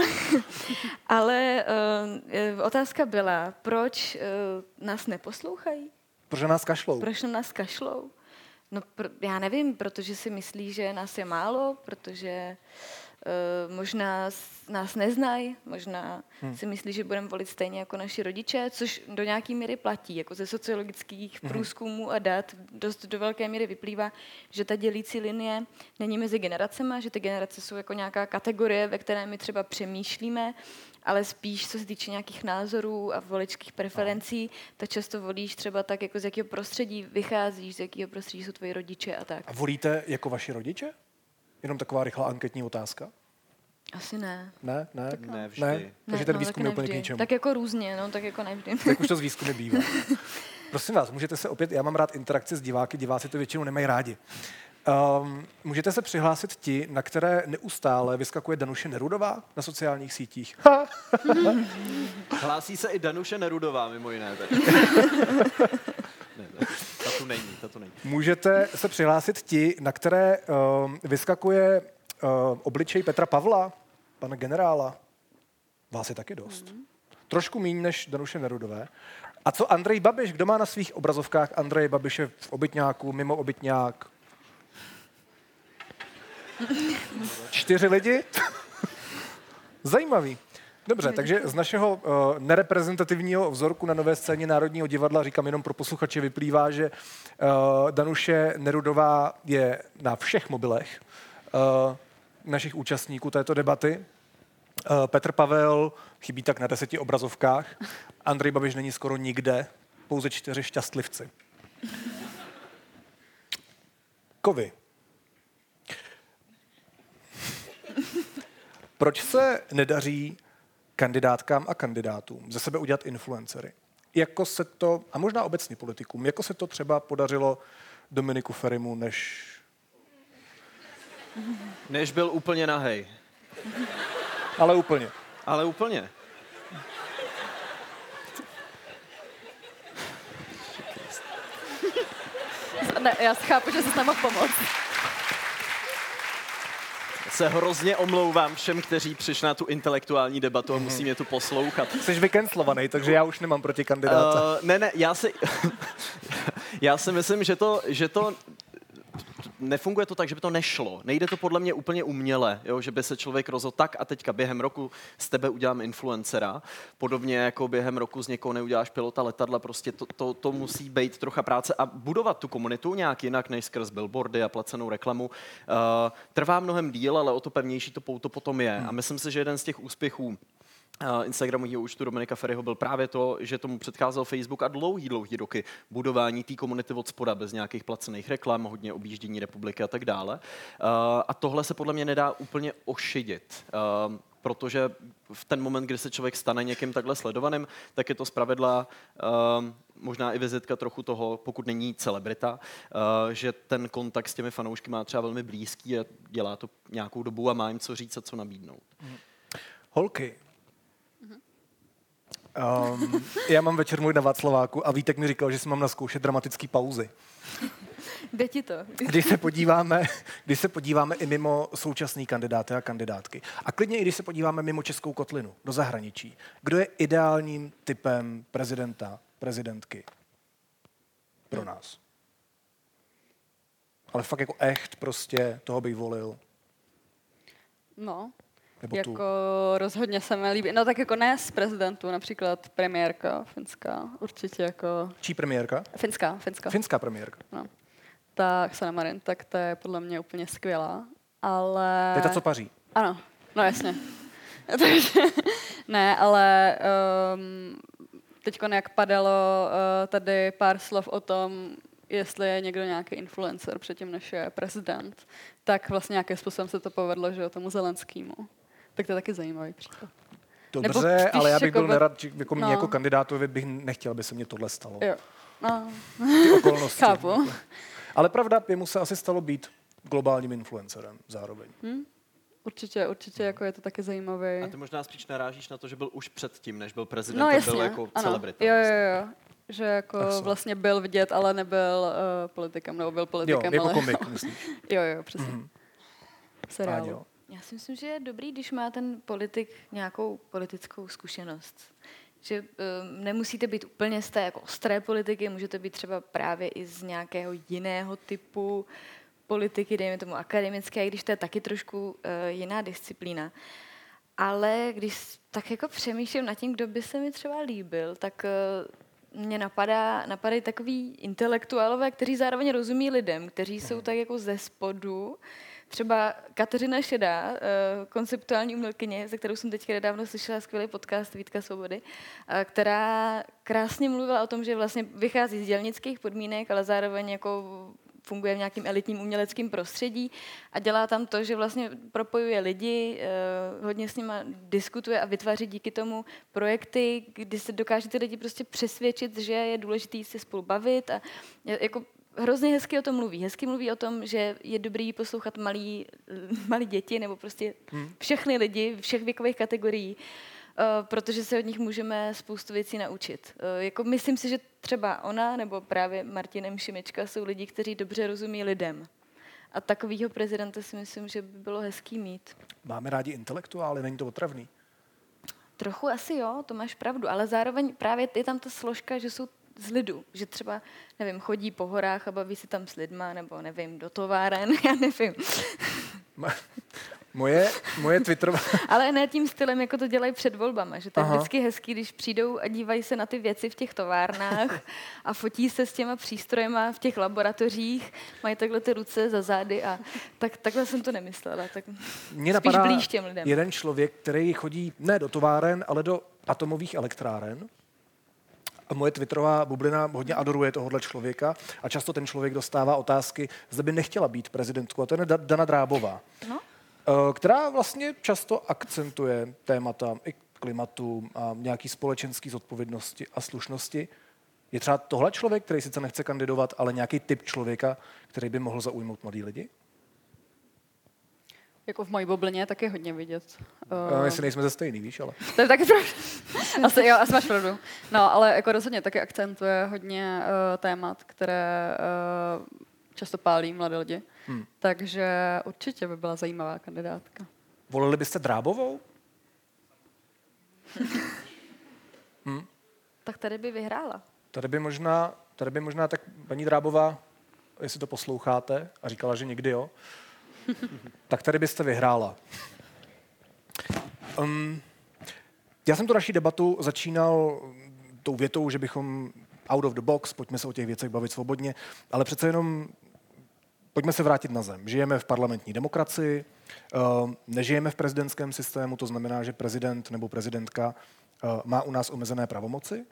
Ale otázka byla, proč nás neposlouchají? Proč na nás kašlou? Proč na nás kašlou? No, já nevím, protože si myslí, že nás je málo, protože možná nás neznají, možná si myslí, že budeme volit stejně jako naši rodiče, což do nějaké míry platí. Jako ze sociologických průzkumů a dat dost do velké míry vyplývá, že ta dělící linie není mezi generacemi, že ty generace jsou jako nějaká kategorie, ve které my třeba přemýšlíme, ale spíš, co se týče nějakých názorů a voličských preferencí, tak často volíš třeba tak, jako z jakého prostředí vycházíš, z jakého prostředí jsou tvoji rodiče a tak. A volíte jako vaši rodiče? Jenom taková rychlá anketní otázka. Asi ne. Ne? Ne vždy. Ne? Takže ten výzkum je úplně k ničemu. Tak jako různě, no, tak jako nevždy. Tak už to z výzkumy bývá. Prosím vás, můžete se opět, já mám rád interakci s diváky, diváci to většinou nemají rádi. Můžete se přihlásit ti, na které neustále vyskakuje Danuše Nerudová na sociálních sítích. Hlásí se i Danuše Nerudová, mimo jiné. Ta tu není. Můžete se přihlásit ti, na které vyskakuje obličej Petra Pavla, pana generála. Vás je taky dost. Trošku míň než Danuše Nerudové. A co Andrej Babiš? Kdo má na svých obrazovkách Andreje Babiše v obytňáku, mimo obytňák? 4 lidi? Zajímavý. Dobře, takže z našeho nereprezentativního vzorku na Nové scéně Národního divadla, říkám jenom pro posluchače, vyplývá, že Danuše Nerudová je na všech mobilech našich účastníků této debaty. Petr Pavel chybí tak na 10 obrazovkách. Andrej Babiš není skoro nikde. pouze 4 šťastlivci. Kovy. Proč se nedaří kandidátkám a kandidátům ze sebe udělat influencery? Jako se to, a možná obecně politikům, jako se to třeba podařilo Dominiku Ferimu, Než byl úplně nahej. ale úplně. Ale úplně. Ne, já chápu, že jsi nám mohl pomoct. Se hrozně omlouvám všem, kteří přišli na tu intelektuální debatu a musí mě tu poslouchat. Jsi vykenslovaný, takže já už nemám proti kandidáta. Ne, já si myslím, že to nefunguje to tak, že by to nešlo. Nejde to podle mě úplně uměle, jo? Že by se člověk rozhodl tak a teďka během roku z tebe udělám influencera. Podobně jako během roku z někoho neuděláš pilota letadla, prostě to musí být trocha práce a budovat tu komunitu nějak jinak než skrz billboardy a placenou reklamu. Trvá mnohem díl, ale o to pevnější to pouto potom je. A myslím si, že jeden z těch úspěchů Instagramového účtu Dominika Feriho byl právě to, že tomu předcházel Facebook a dlouhý roky budování té komunity od spoda bez nějakých placených reklam, hodně objíždění republiky a tak dále. A tohle se podle mě nedá úplně ošidit. Protože v ten moment, kdy se člověk stane někým takhle sledovaným, tak je to zpravidla možná i vizitka trochu toho, pokud není celebrita, že ten kontakt s těmi fanoušky má třeba velmi blízký a dělá to nějakou dobu a má jim co říct a co nabídnout. Holky. Já mám večer můj na Václaváku a Vítek mi říkal, že si mám naskoušet dramatický pauzy. Jde ti to? Když se podíváme i mimo současný kandidáty a kandidátky. A klidně i když se podíváme mimo Českou kotlinu, do zahraničí. Kdo je ideálním typem prezidenta, prezidentky pro nás? Ale fakt jako echt prostě, toho bych volil. No, Nebo jako tu. rozhodně se mi líbí. No tak jako ne z prezidentů, například premiérka finská, určitě jako... Čí premiérka? Finská. Finská premiérka. No. Tak Sanna Marin, tak to je podle mě úplně skvělá, ale... To je ta, co paří. Ano, no jasně. Takže, ne, ale teď jak padalo tady pár slov o tom, jestli je někdo nějaký influencer předtím, než je prezident, tak vlastně nějakým způsobem se to povedlo, že tomu Zelenskému. Tak to je taky zajímavý příklad. Dobře, ale já bych byl jako nerad, že jako mě jako kandidátovi bych nechtěl, aby se mně tohle stalo. Jo. No. Ty okolnosti. Chápu. Ale pravda, jemu se asi stalo být globálním influencerem zároveň. Určitě jako je to taky zajímavý. A ty možná spíš narážíš na to, že byl už předtím, než byl prezident, No jasně, byl jako ano. celebrita. Jo. Že jako vlastně byl vidět, ale nebyl politikem, nebo byl politikem, jako ale... komik, myslíš? Jo, přesně. Seriálu. Áďo. Já si myslím, že je dobrý, když má ten politik nějakou politickou zkušenost. Že nemusíte být úplně z té jako ostré politiky, můžete být třeba právě i z nějakého jiného typu politiky, dejme tomu akademické, i když to je taky trošku jiná disciplína. Ale když tak jako přemýšlím nad tím, kdo by se mi třeba líbil, tak mě napadají takový intelektuálové, kteří zároveň rozumí lidem, kteří jsou tak jako ze spodu. Třeba Kateřina Šedá, konceptuální umělkyně, ze kterou jsem teďka nedávno slyšela skvělý podcast Vítka Svobody, která krásně mluvila o tom, že vlastně vychází z dělnických podmínek, ale zároveň jako funguje v nějakým elitním uměleckým prostředí a dělá tam to, že vlastně propojuje lidi, hodně s nima diskutuje a vytváří díky tomu projekty, kdy se dokáže ty lidi prostě přesvědčit, že je důležité se spolu bavit a jako hrozně hezky o tom mluví. Hezky mluví o tom, že je dobrý poslouchat malí děti nebo prostě všechny lidi, všech věkových kategorií, protože se od nich můžeme spoustu věcí naučit. Jako myslím si, že třeba ona nebo právě Martin Šimečka jsou lidi, kteří dobře rozumí lidem. A takovýho prezidenta si myslím, že by bylo hezký mít. Máme rádi intelektuály, není to otravný? Trochu asi jo, to máš pravdu, ale zároveň právě je tam ta složka, že jsou z lidu, že třeba, nevím, chodí po horách a baví si tam s lidma, nebo nevím, do továren, já nevím. Moje Twitterová... Ale ne tím stylem, jako to dělají před volbama, že to je vždycky hezký, když přijdou a dívají se na ty věci v těch továrnách a fotí se s těma přístrojema v těch laboratořích, mají takhle ty ruce za zády a takhle jsem to nemyslela. Tak Mně spíš napadá blíž těm lidem. jeden člověk, který chodí ne do továren, ale do atomových elektráren moje twitterová bublina hodně adoruje tohohle člověka a často ten člověk dostává otázky, zda by nechtěla být prezidentkou. A to je Dana Drábová, No. která vlastně často akcentuje témata i klimatu a nějaký společenský zodpovědnosti a slušnosti. Je třeba tohle člověk, který sice nechce kandidovat, ale nějaký typ člověka, který by mohl zaujmout mladý lidi? Jako v mojí bublině taky hodně vidět. Jestli nejsme ze stejný, víš, ale... To je taky pravda. Asi máš pravdu. No, ale jako rozhodně taky akcentuje hodně témat, které často pálí mladé lidi. Takže určitě by byla zajímavá kandidátka. Volili byste Drábovou? Tak tady by vyhrála. Tady by možná tak paní Drábová, jestli to posloucháte, a říkala, že někdy jo, tak tady byste vyhrála. Já jsem tu naši debatu začínal tou větou, že bychom out of the box, pojďme se o těch věcech bavit svobodně, ale přece jenom pojďme se vrátit na zem. Žijeme v parlamentní demokracii, nežijeme v prezidentském systému, to znamená, že prezident nebo prezidentka má u nás omezené pravomoci.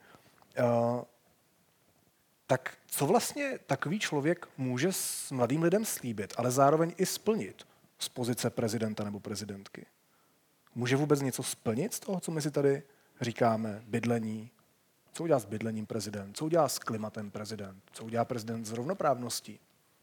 Tak co vlastně takový člověk může s mladým lidem slíbit, ale zároveň i splnit z pozice prezidenta nebo prezidentky? Může vůbec něco splnit z toho, co my si tady říkáme? Bydlení. Co udělá s bydlením prezident? Co udělá s klimatem prezident? Co udělá prezident s rovnoprávností?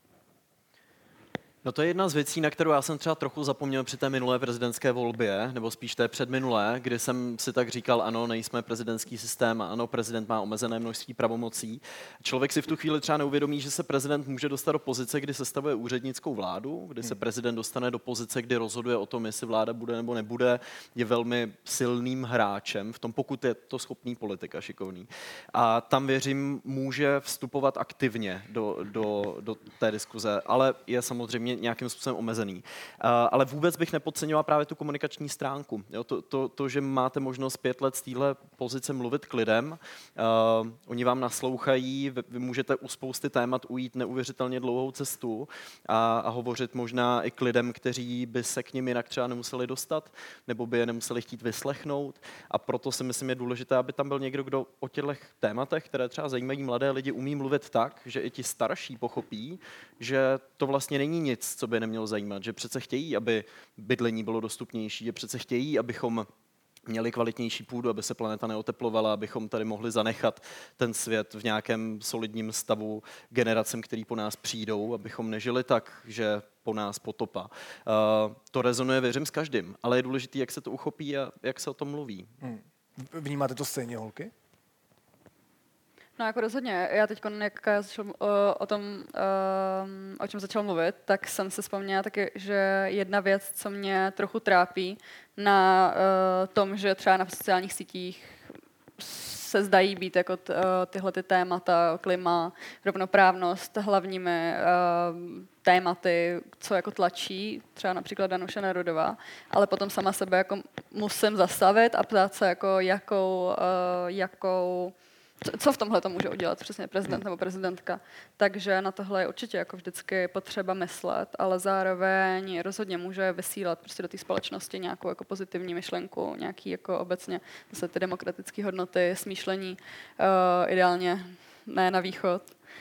No to je jedna z věcí, na kterou já jsem třeba trochu zapomněl při té minulé prezidentské volbě, nebo spíš té předminulé, kdy jsem si tak říkal, ano, nejsme prezidentský systém, ano, prezident má omezené množství pravomocí. Člověk si v tu chvíli třeba neuvědomí, že se prezident může dostat do pozice, kdy sestavuje úřednickou vládu, kdy se prezident dostane do pozice, kdy rozhoduje o tom, jestli vláda bude nebo nebude, je velmi silným hráčem v tom, pokud je to schopný politik a šikovný. A tam, věřím, může vstupovat aktivně do té diskuze, ale je samozřejmě nějakým způsobem omezený. Ale vůbec bych nepodceňoval právě tu komunikační stránku. Jo, to, že máte možnost 5 let z téhle pozice mluvit k lidem, oni vám naslouchají, vy můžete u spousty témat ujít neuvěřitelně dlouhou cestu a hovořit možná i k lidem, kteří by se k nim jinak třeba nemuseli dostat, nebo by je nemuseli chtít vyslechnout. A proto si myslím, je důležité, aby tam byl někdo, kdo o těchto tématech, které třeba zajímají mladé lidi, umí mluvit tak, že i ti starší pochopí, že to vlastně není nic, co by nemělo zajímat, že přece chtějí, aby bydlení bylo dostupnější, že přece chtějí, abychom měli kvalitnější půdu, aby se planeta neoteplovala, abychom tady mohli zanechat ten svět v nějakém solidním stavu generacem, který po nás přijdou, abychom nežili tak, že po nás potopa. To rezonuje, věřím, s každým, ale je důležité, jak se to uchopí a jak se o tom mluví. Vnímáte to stejně, holky? No jako rozhodně. Já teď, jak já začal o tom, o čem začal mluvit, tak jsem se vzpomněla taky, že jedna věc, co mě trochu trápí na tom, že třeba na sociálních sítích se zdají být jako tyhle ty témata, klima, rovnoprávnost hlavními tématy, co jako tlačí, třeba například Danuše Nerudová, ale potom sama sebe jako musím zastavit a ptát se, jako jakou co v tomhle to může udělat přesně prezident nebo prezidentka. Takže na tohle je určitě jako vždycky potřeba myslet, ale zároveň rozhodně může vysílat prostě do té společnosti nějakou jako pozitivní myšlenku, nějaký jako obecně zase ty demokratické hodnoty, smýšlení, ideálně ne na východ.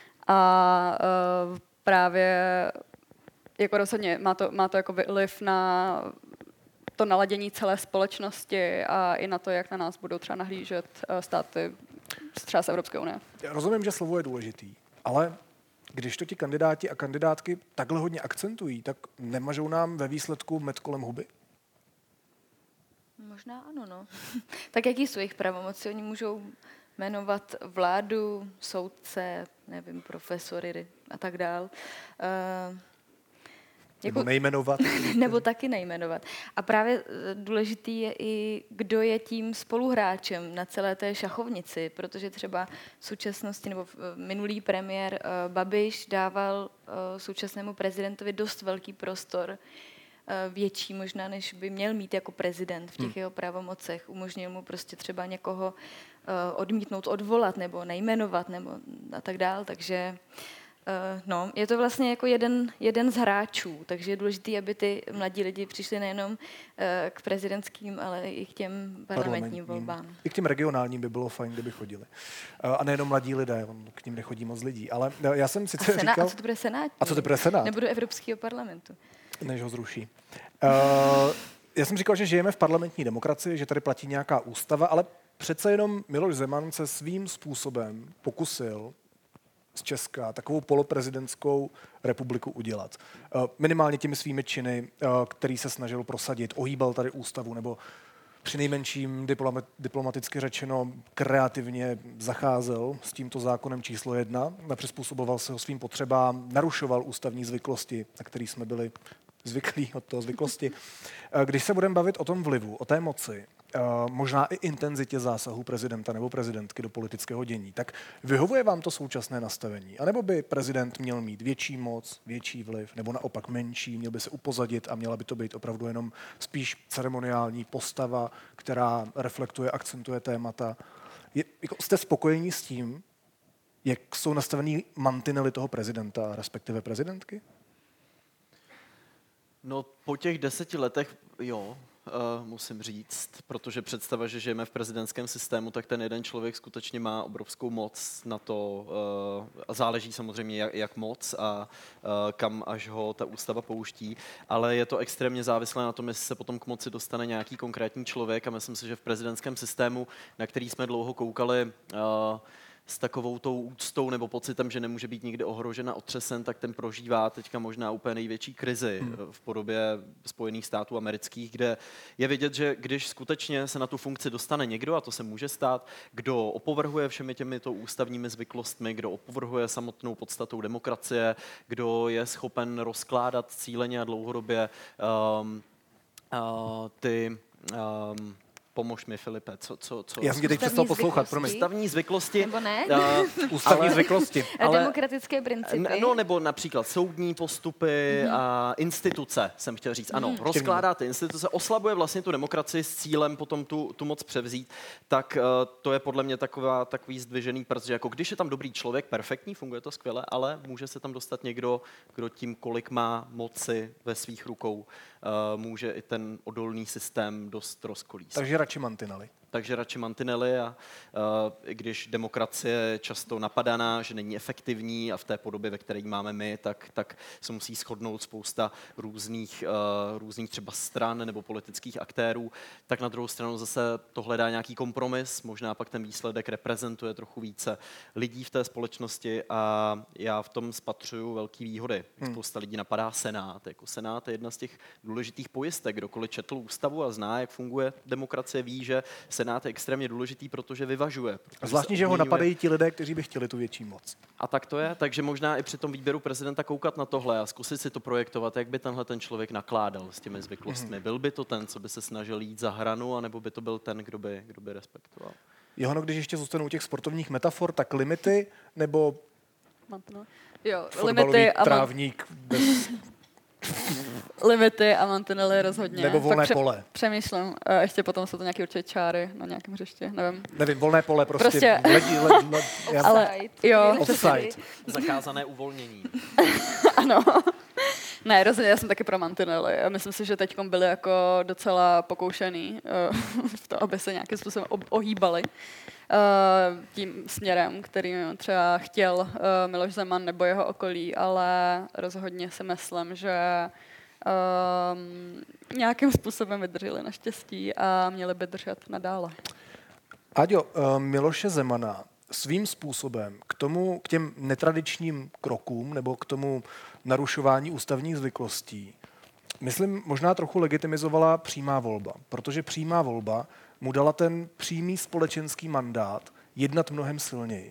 A právě jako rozhodně má to jako vliv na to naladění celé společnosti a i na to, jak na nás budou třeba nahlížet státy třeba z Evropské unie. Já rozumím, že slovo je důležitý, ale když to ti kandidáti a kandidátky takhle hodně akcentují, tak nemažou nám ve výsledku med kolem huby? Možná ano, no. Tak jaký jsou jejich pravomoci? Oni můžou jmenovat vládu, soudce, nevím, profesory a tak dál. Nebo nejmenovat. Nebo taky nejmenovat. A právě důležitý je i, kdo je tím spoluhráčem na celé té šachovnici, protože třeba v současnosti, nebo minulý premiér Babiš dával současnému prezidentovi dost velký prostor, větší možná, než by měl mít jako prezident v těch jeho pravomocech. Umožnil mu prostě třeba někoho odmítnout, odvolat nebo nejmenovat nebo a tak dál. Takže No, je to vlastně jako jeden z hráčů, takže je důležité, aby ty mladí lidi přišli nejenom k prezidentským, ale i k těm parlamentním volbám. I k těm regionálním by bylo fajn, kdyby chodili. A nejenom mladí lidé, k ním nechodí moc lidí. Ale já jsem sice říkal... A co to bude senát? A co to bude senát? Nebo do Evropského parlamentu. Než ho zruší. Já jsem říkal, že žijeme v parlamentní demokracii, že tady platí nějaká ústava, ale přece jenom Miloš Zeman se svým způsobem pokusil z Česka takovou poloprezidentskou republiku udělat. Minimálně těmi svými činy, který se snažil prosadit. Ohýbal tady ústavu, nebo přinejmenším diplomaticky řečeno kreativně zacházel s tímto zákonem číslo 1, přizpůsoboval se ho svým potřebám, narušoval ústavní zvyklosti, na který jsme byli zvyklí od toho zvyklosti. Když se budeme bavit o tom vlivu, o té moci, možná i intenzitě zásahu prezidenta nebo prezidentky do politického dění, tak vyhovuje vám to současné nastavení? A nebo by prezident měl mít větší moc, větší vliv, nebo naopak menší, měl by se upozadit a měla by to být opravdu jenom spíš ceremoniální postava, která reflektuje, akcentuje témata? Jste spokojení s tím, jak jsou nastavený mantinely toho prezidenta, respektive prezidentky? No po těch 10 letech, jo, musím říct, protože představa, že žijeme v prezidentském systému, tak ten jeden člověk skutečně má obrovskou moc na to, a záleží samozřejmě jak moc a kam až ho ta ústava pouští, ale je to extrémně závislé na tom, jestli se potom k moci dostane nějaký konkrétní člověk a myslím si, že v prezidentském systému, na který jsme dlouho koukali, s takovou tou úctou nebo pocitem, že nemůže být nikdy ohrožen a otřesen, tak ten prožívá teďka možná úplně největší krizi v podobě Spojených států amerických, kde je vidět, že když skutečně se na tu funkci dostane někdo, a to se může stát, kdo opovrhuje všemi těmito ústavními zvyklostmi, kdo opovrhuje samotnou podstatou demokracie, kdo je schopen rozkládat cíleně a dlouhodobě pomož mi, Filipe, co? Já jsem tě teď přestal poslouchat, promiň. Ústavní zvyklosti. Nebo ne? Ústavní zvyklosti. Demokratické principy. No, nebo například soudní postupy a instituce, jsem chtěl říct. Ano, rozkládá ty instituce, oslabuje vlastně tu demokracii s cílem potom tu moc převzít, tak to je podle mě takový zdvižený prst, že jako když je tam dobrý člověk, perfektní, funguje to skvěle, ale může se tam dostat někdo, kdo tím, kolik má moci ve svých rukou, může i ten odolný systém dost rozkolíst. Takže radši mantinely. Takže radši mantinely a i když demokracie je často napadaná, že není efektivní a v té podobě, ve které ji máme my, tak se musí shodnout spousta různých třeba stran nebo politických aktérů, tak na druhou stranu zase to hledá nějaký kompromis, možná pak ten výsledek reprezentuje trochu více lidí v té společnosti a já v tom spatřuju velký výhody. Spousta lidí napadá Senát. Jako Senát je jedna z těch důležitých pojistek. Kdokoliv četl ústavu a zná, jak funguje demokracie, ví, že Senát je extrémně důležitý, protože vyvažuje. Zvláštní, že ho napadají ti lidé, kteří by chtěli tu větší moc. A tak to je, takže možná i při tom výběru prezidenta koukat na tohle a zkusit si to projektovat, jak by tenhle ten člověk nakládal s těmi zvyklostmi. Byl by to ten, co by se snažil jít za hranu, anebo by to byl ten, kdo by respektoval? Johano, když ještě zůstanou u těch sportovních metafor, tak limity nebo limity a trávník bez... Limity a mantinely rozhodně. Nebo volné pole. Přemýšlím. Ještě potom jsou to nějaké určitě čáry na nějakém hřiště, nevím. Nevím, volné pole prostě. Ale jo, offside. Zakázané uvolnění. Ano. Ne, rozhodně, já jsem taky pro mantinely. Myslím si, že teď byli jako docela pokoušený v to, aby se nějakým způsobem ohýbali tím směrem, který třeba chtěl Miloš Zeman nebo jeho okolí, ale rozhodně si myslím, že nějakým způsobem vydrželi naštěstí a měli by držet nadále. Aďo, Miloše Zemana svým způsobem k těm netradičním krokům nebo k tomu narušování ústavních zvyklostí, myslím, možná trochu legitimizovala přímá volba, protože přímá volba mu dala ten přímý společenský mandát jednat mnohem silněji.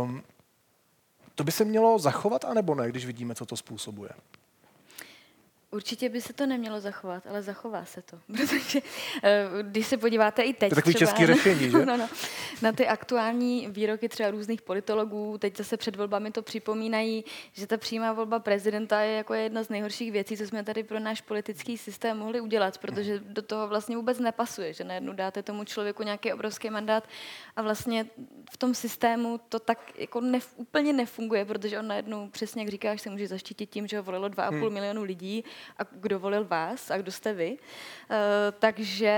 To by se mělo zachovat, anebo ne, když vidíme, co to způsobuje? Určitě by se to nemělo zachovat, ale zachová se to. Protože když se podíváte i teď To je takový třeba český řešení, že? na ty aktuální výroky třeba různých politologů, teď zase před volbami to připomínají, že ta přímá volba prezidenta je jako jedna z nejhorších věcí, co jsme tady pro náš politický systém mohli udělat, protože do toho vlastně vůbec nepasuje, že najednou dáte tomu člověku nějaký obrovský mandát a vlastně v tom systému to tak jako úplně nefunguje, protože on najednou, přesně jak říkáš, se může zaštítit tím, že ho volilo 2,5 milionu lidí a kdo volil vás a kdo jste vy. Takže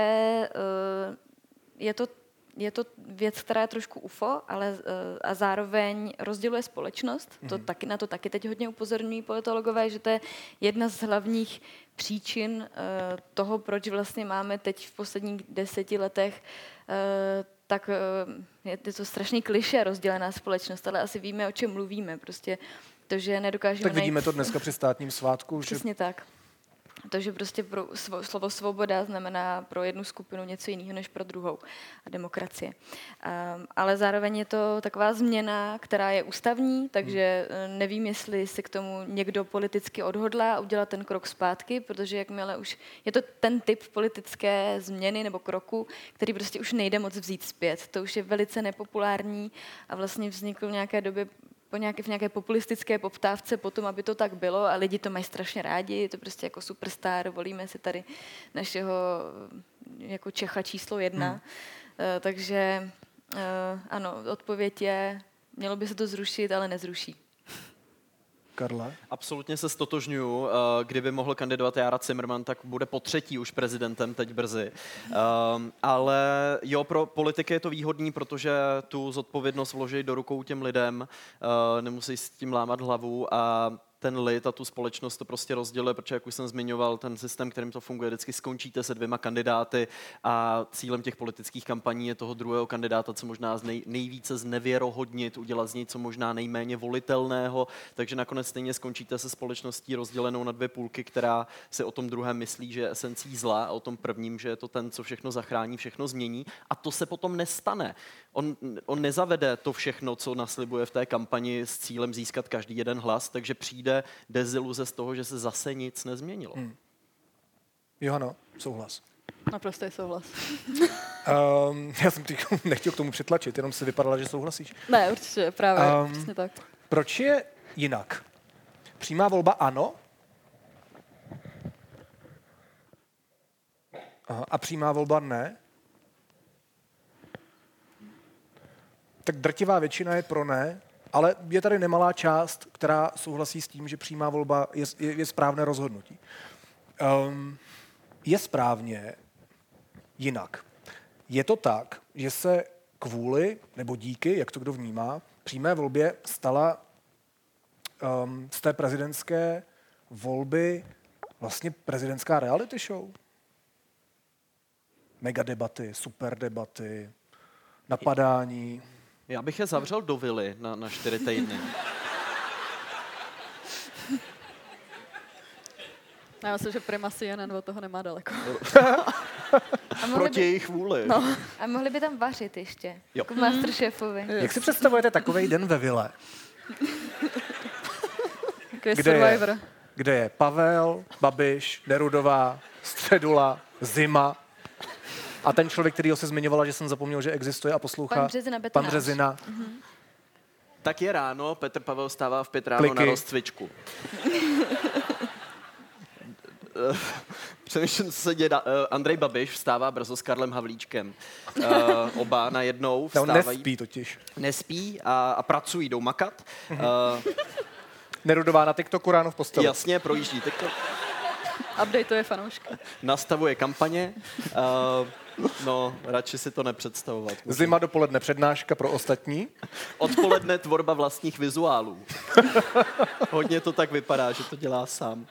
je to věc, která je trošku UFO, ale a zároveň rozděluje společnost. Na to taky teď hodně upozorňují politologové, že to je jedna z hlavních příčin toho, proč vlastně máme teď v posledních 10 letech tak je to strašný klišé rozdělená společnost, ale asi víme, o čem mluvíme. Prostě to, že nedokážeme Tak vidíme to dneska při státním svátku. Přesně tak. To, že prostě slovo svoboda znamená pro jednu skupinu něco jiného než pro druhou. A demokracie. Ale zároveň je to taková změna, která je ústavní, takže nevím, jestli se k tomu někdo politicky odhodlá udělat ten krok zpátky, protože jakmile už je to ten typ politické změny nebo kroku, který prostě už nejde moc vzít zpět. To už je velice nepopulární a vlastně vznikl v nějaké době v nějaké populistické poptávce potom, aby to tak bylo a lidi to mají strašně rádi, je to prostě jako superstar, volíme si tady našeho jako Čecha číslo 1. Takže ano, odpověď je, mělo by se to zrušit, ale nezruší. Karla? Absolutně se stotožňuju. Kdyby mohl kandidovat Jára Cimrman, tak bude potřetí už prezidentem teď brzy. Ale jo, pro politiky je to výhodný, protože tu zodpovědnost vloží do rukou těm lidem, nemusí s tím lámat hlavu a ten lid a tu společnost to prostě rozděluje, protože, jak už jsem zmiňoval, ten systém, kterým to funguje, vždycky skončíte se 2 kandidáty a cílem těch politických kampaní je toho druhého kandidáta, co možná nejvíce znevěrohodnit, udělat z něj co možná nejméně volitelného, takže nakonec stejně skončíte se společností rozdělenou na 2 půlky, která si o tom druhém myslí, že je esencí zla a o tom prvním, že je to ten, co všechno zachrání, všechno změní a to se potom nestane. On nezavede to všechno, co naslibuje v té kampani s cílem získat každý jeden hlas, takže přijde deziluze z toho, že se zase nic nezměnilo. Johano, souhlas. Naprostý souhlas. Já jsem teď nechtěl k tomu přitlačit, jenom si vypadala, že souhlasíš. Ne, určitě, právě, přesně tak. Proč je jinak? Přímá volba ano? Aha, a přímá volba ne? Tak drtivá většina je pro ne, ale je tady nemalá část, která souhlasí s tím, že přímá volba je správné rozhodnutí. Je správně jinak. Je to tak, že se kvůli, nebo díky, jak to kdo vnímá, přímé volbě stala z té prezidentské volby vlastně prezidentská reality show? Mega debaty, super debaty, napadání. Já bych je zavřel do vily na 4 týdny. Já myslím, že Prima CNN od toho nemá daleko. Proti jejich vůli. No. A mohli by tam vařit ještě, Jo. jako v Masterchefovi. Jak si představujete takovej den ve vile? Kde je Pavel, Babiš, Nerudová, Středula, Zima a ten člověk, kterýho se zmiňovala, že jsem zapomněl, že existuje a poslouchá. Pan Březina. Tak je ráno, Petr Pavel stává v 5 ráno na rozcvičku. Přemýšlím, co se děje. Andrej Babiš vstává brzo s Karlem Havlíčkem. Oba najednou vstávají. On nespí totiž. Nespí a pracují, jdou makat. Nerudová na TikToku ráno v posteli. Jasně, projíždí TikTok. Updateuje fanoušky. Nastavuje kampaně. No, radši si to nepředstavovat. Zima dopoledne přednáška pro ostatní. Odpoledne tvorba vlastních vizuálů. Hodně to tak vypadá, že to dělá sám.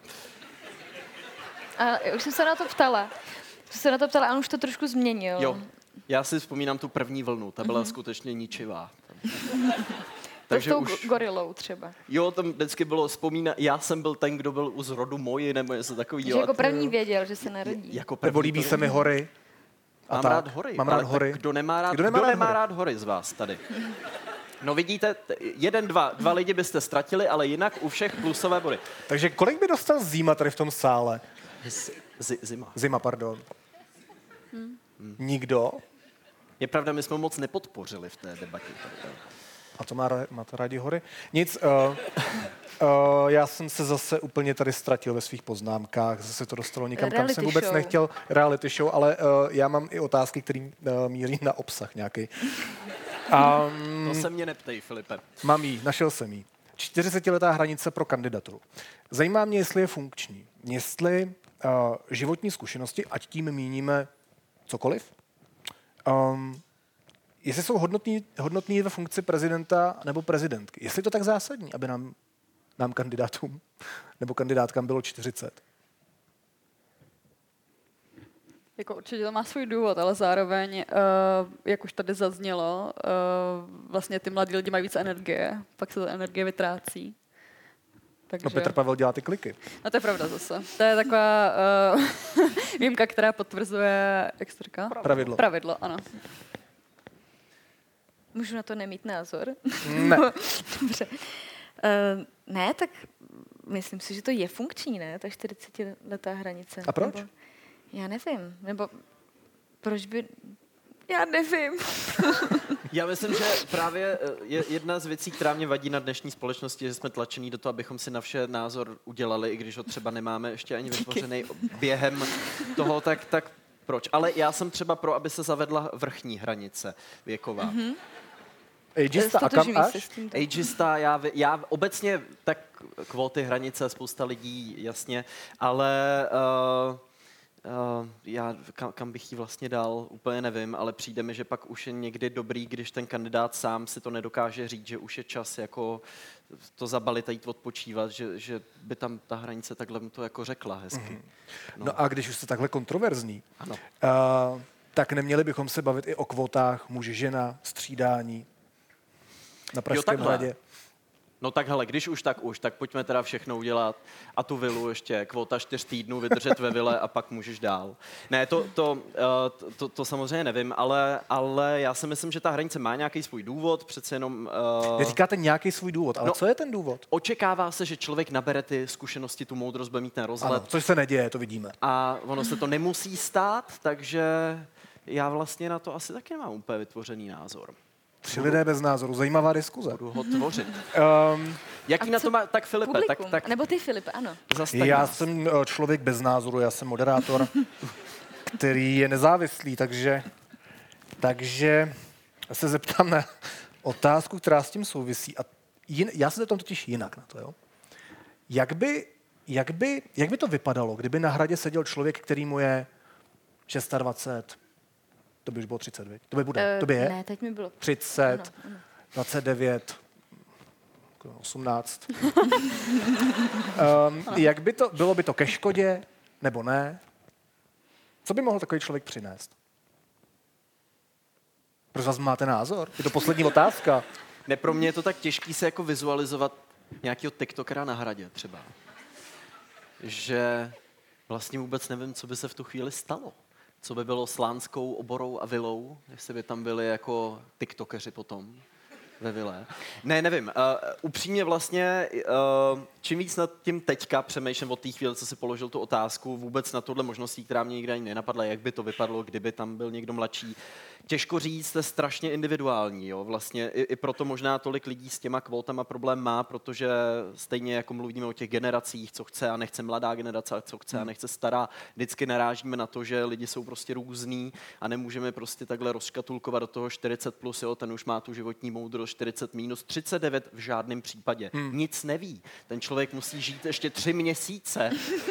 A už jsem se na to ptala. A on už to trošku změnil. Jo, já si vzpomínám tu první vlnu, ta byla skutečně ničivá. Takže to s tou gorilou třeba. Jo, tam vždycky bylo já jsem byl ten, kdo byl u zrodu moji, nebo něco takového. Že jako první věděl, že se narodí. Jako nebo líbí se mi hory. Mám rád hory. Mám rád hory. Kdo nemá rád hory z vás tady? No vidíte, dva lidi byste ztratili, ale jinak u všech plusové body. Takže kolik by dostal Zima tady v tom sále? Zima. Zima, pardon. Nikdo? Je pravda, my jsme moc nepodpořili v té debatě. A to máte rádi hory? Nic, já jsem se zase úplně tady ztratil ve svých poznámkách, zase to dostalo někam, kam jsem vůbec nechtěl. Reality show, ale já mám i otázky, které míří na obsah nějaký. To se mě neptej, Filipe. Mám jí, našel jsem jí. 40letá hranice pro kandidaturu. Zajímá mě, jestli je funkční. Jestli životní zkušenosti, ať tím míníme cokoliv, jestli jsou hodnotný ve funkci prezidenta nebo prezidentky. Jestli je to tak zásadní, aby nám kandidátům nebo kandidátkám bylo 40. Jako určitě to má svůj důvod, ale zároveň, jak už tady zaznělo, vlastně ty mladí lidi mají víc energie, pak se ta energie vytrácí. Takže... No Petr Pavel dělá ty kliky. No to je pravda zase. To je taková výjimka, která potvrzuje, jak se to říká? Pravidlo. Pravidlo, ano. Můžu na to nemít názor? Ne. Dobře. Ne, tak myslím si, že to je funkční, ne? Ta 40letá hranice. A proč? Nebo, já nevím. Nebo proč by... Já nevím. Já myslím, že právě jedna z věcí, která mě vadí na dnešní společnosti, je, že jsme tlačení do toho, abychom si na vše názor udělali, i když ho třeba nemáme ještě ani vytvořený během toho, tak proč? Ale já jsem třeba pro, aby se zavedla vrchní hranice věková. Mm-hmm. Ageista a kam až? Ageista, já obecně tak kvóty, hranice, spousta lidí, jasně, ale já kam bych ji vlastně dal, úplně nevím, ale přijde mi, že pak už je někdy dobrý, když ten kandidát sám si to nedokáže říct, že už je čas jako to zabalit a jít odpočívat, že by tam ta hranice takhle mu to jako řekla hezky. Mm-hmm. No a když už jste takhle kontroverzní, ano. Tak neměli bychom se bavit i o kvótách muž-žena, střídání na Pražském hradě. No tak hele, když už, tak pojďme teda všechno udělat a tu vilu ještě, kvota 4 týdnů vydržet ve vile a pak můžeš dál. Ne, to samozřejmě nevím, ale já si myslím, že ta hranice má nějaký svůj důvod, přece jenom... Říkáte nějaký svůj důvod, ale co je ten důvod? Očekává se, že člověk nabere ty zkušenosti, tu moudrost, bude mít ten rozhled. Ano, což se neděje, to vidíme. A ono se to nemusí stát, takže já vlastně na to asi taky nemám úplně vytvořený názor. 3 lidé bez názoru, zajímavá diskuze. Budu ho tvořit. Jaký na to má, tak Filipe, tak... Nebo ty, Filipe, ano. Já jsem člověk bez názoru, já jsem moderátor, který je nezávislý, takže se zeptám na otázku, která s tím souvisí. A já se zeptám totiž jinak na to. Jo? Jak by to vypadalo, kdyby na hradě seděl člověk, který mu je 26, to by už bylo 30, viď? To by bude. To by je? Ne, teď mi bylo 30, ano. 29, 18. Bylo by to ke škodě, nebo ne? Co by mohl takový člověk přinést? Proč vás máte názor? Je to poslední otázka. Ne, pro mě je to tak těžký se jako vizualizovat nějakého tiktokera na hradě třeba. Že vlastně vůbec nevím, co by se v tu chvíli stalo. Co by bylo s Lánskou, Oborou a Vilou, jestli by tam byli jako tiktokeři potom ve vile. Ne, nevím. Upřímně vlastně, čím víc nad tím teďka přemýšlím od té chvíle, co si položil tu otázku, vůbec na tohle možností, která mě nikdy ani nenapadla, jak by to vypadlo, kdyby tam byl někdo mladší. Těžko říct, to je strašně individuální. Jo? Vlastně i proto možná tolik lidí s těma kvótama problém má, protože stejně jako mluvíme o těch generacích, co chce a nechce mladá generace, co chce a nechce stará, vždycky narážíme na to, že lidi jsou prostě různý a nemůžeme prostě takhle rozškatulkovat do toho 40+, jo, ten už má tu životní moudrost, 40 minus 39 v žádném případě. Nic neví. Ten člověk musí žít ještě 3 měsíce.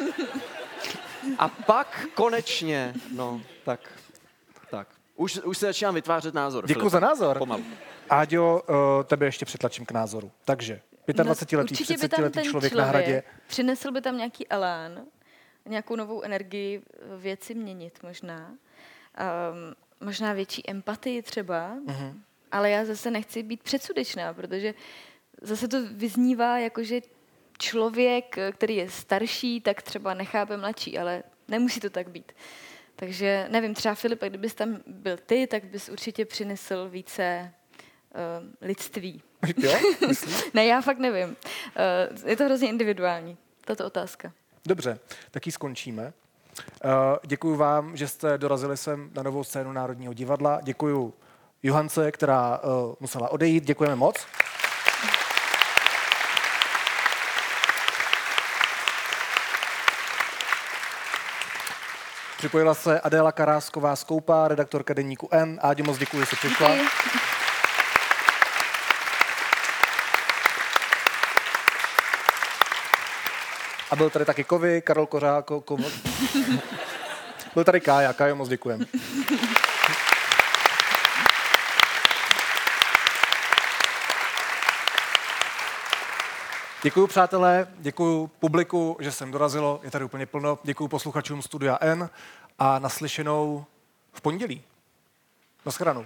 A pak konečně, no, tak. Už se začínám vytvářet názor. Děkuji za názor. Pomalu. Áďo, tebe ještě přetlačím k názoru. Takže 25letý, 30letý člověk na hradě. Přinesl by tam nějaký elán, nějakou novou energii, věci měnit možná. Možná větší empatii třeba. Mm-hmm. Ale já zase nechci být předsudečná, protože zase to vyznívá jako, že člověk, který je starší, tak třeba nechápe mladší, ale nemusí to tak být. Takže nevím, třeba Filipe, kdybys tam byl ty, tak bys určitě přinesl více lidství. Jo? Myslíš? Ne, já fakt nevím. Je to hrozně individuální, tato otázka. Dobře, tak ji skončíme. Děkuji vám, že jste dorazili sem na Novou scénu Národního divadla. Děkuji Johance, která musela odejít. Děkujeme moc. Připojila se Adéla Karásková-Skoupá, redaktorka deníku N. Áďo, moc děkuji, že jsi přišla. Díky. A byl tady taky Kovy, Karol Kořáko, byl tady Kája. Kájo, moc děkujeme. Děkuju, přátelé, děkuju publiku, že jsem dorazilo, je tady úplně plno. Děkuju posluchačům Studia N a naslyšenou v pondělí. Naschledanou.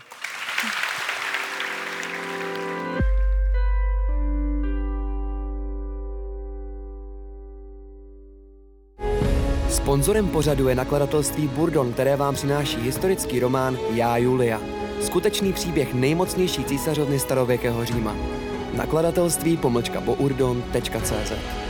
Sponzorem pořadu je nakladatelství Burdon, které vám přináší historický román Já, Julia. Skutečný příběh nejmocnější císařovny starověkého Říma. Nakladatelství _bourdon.cz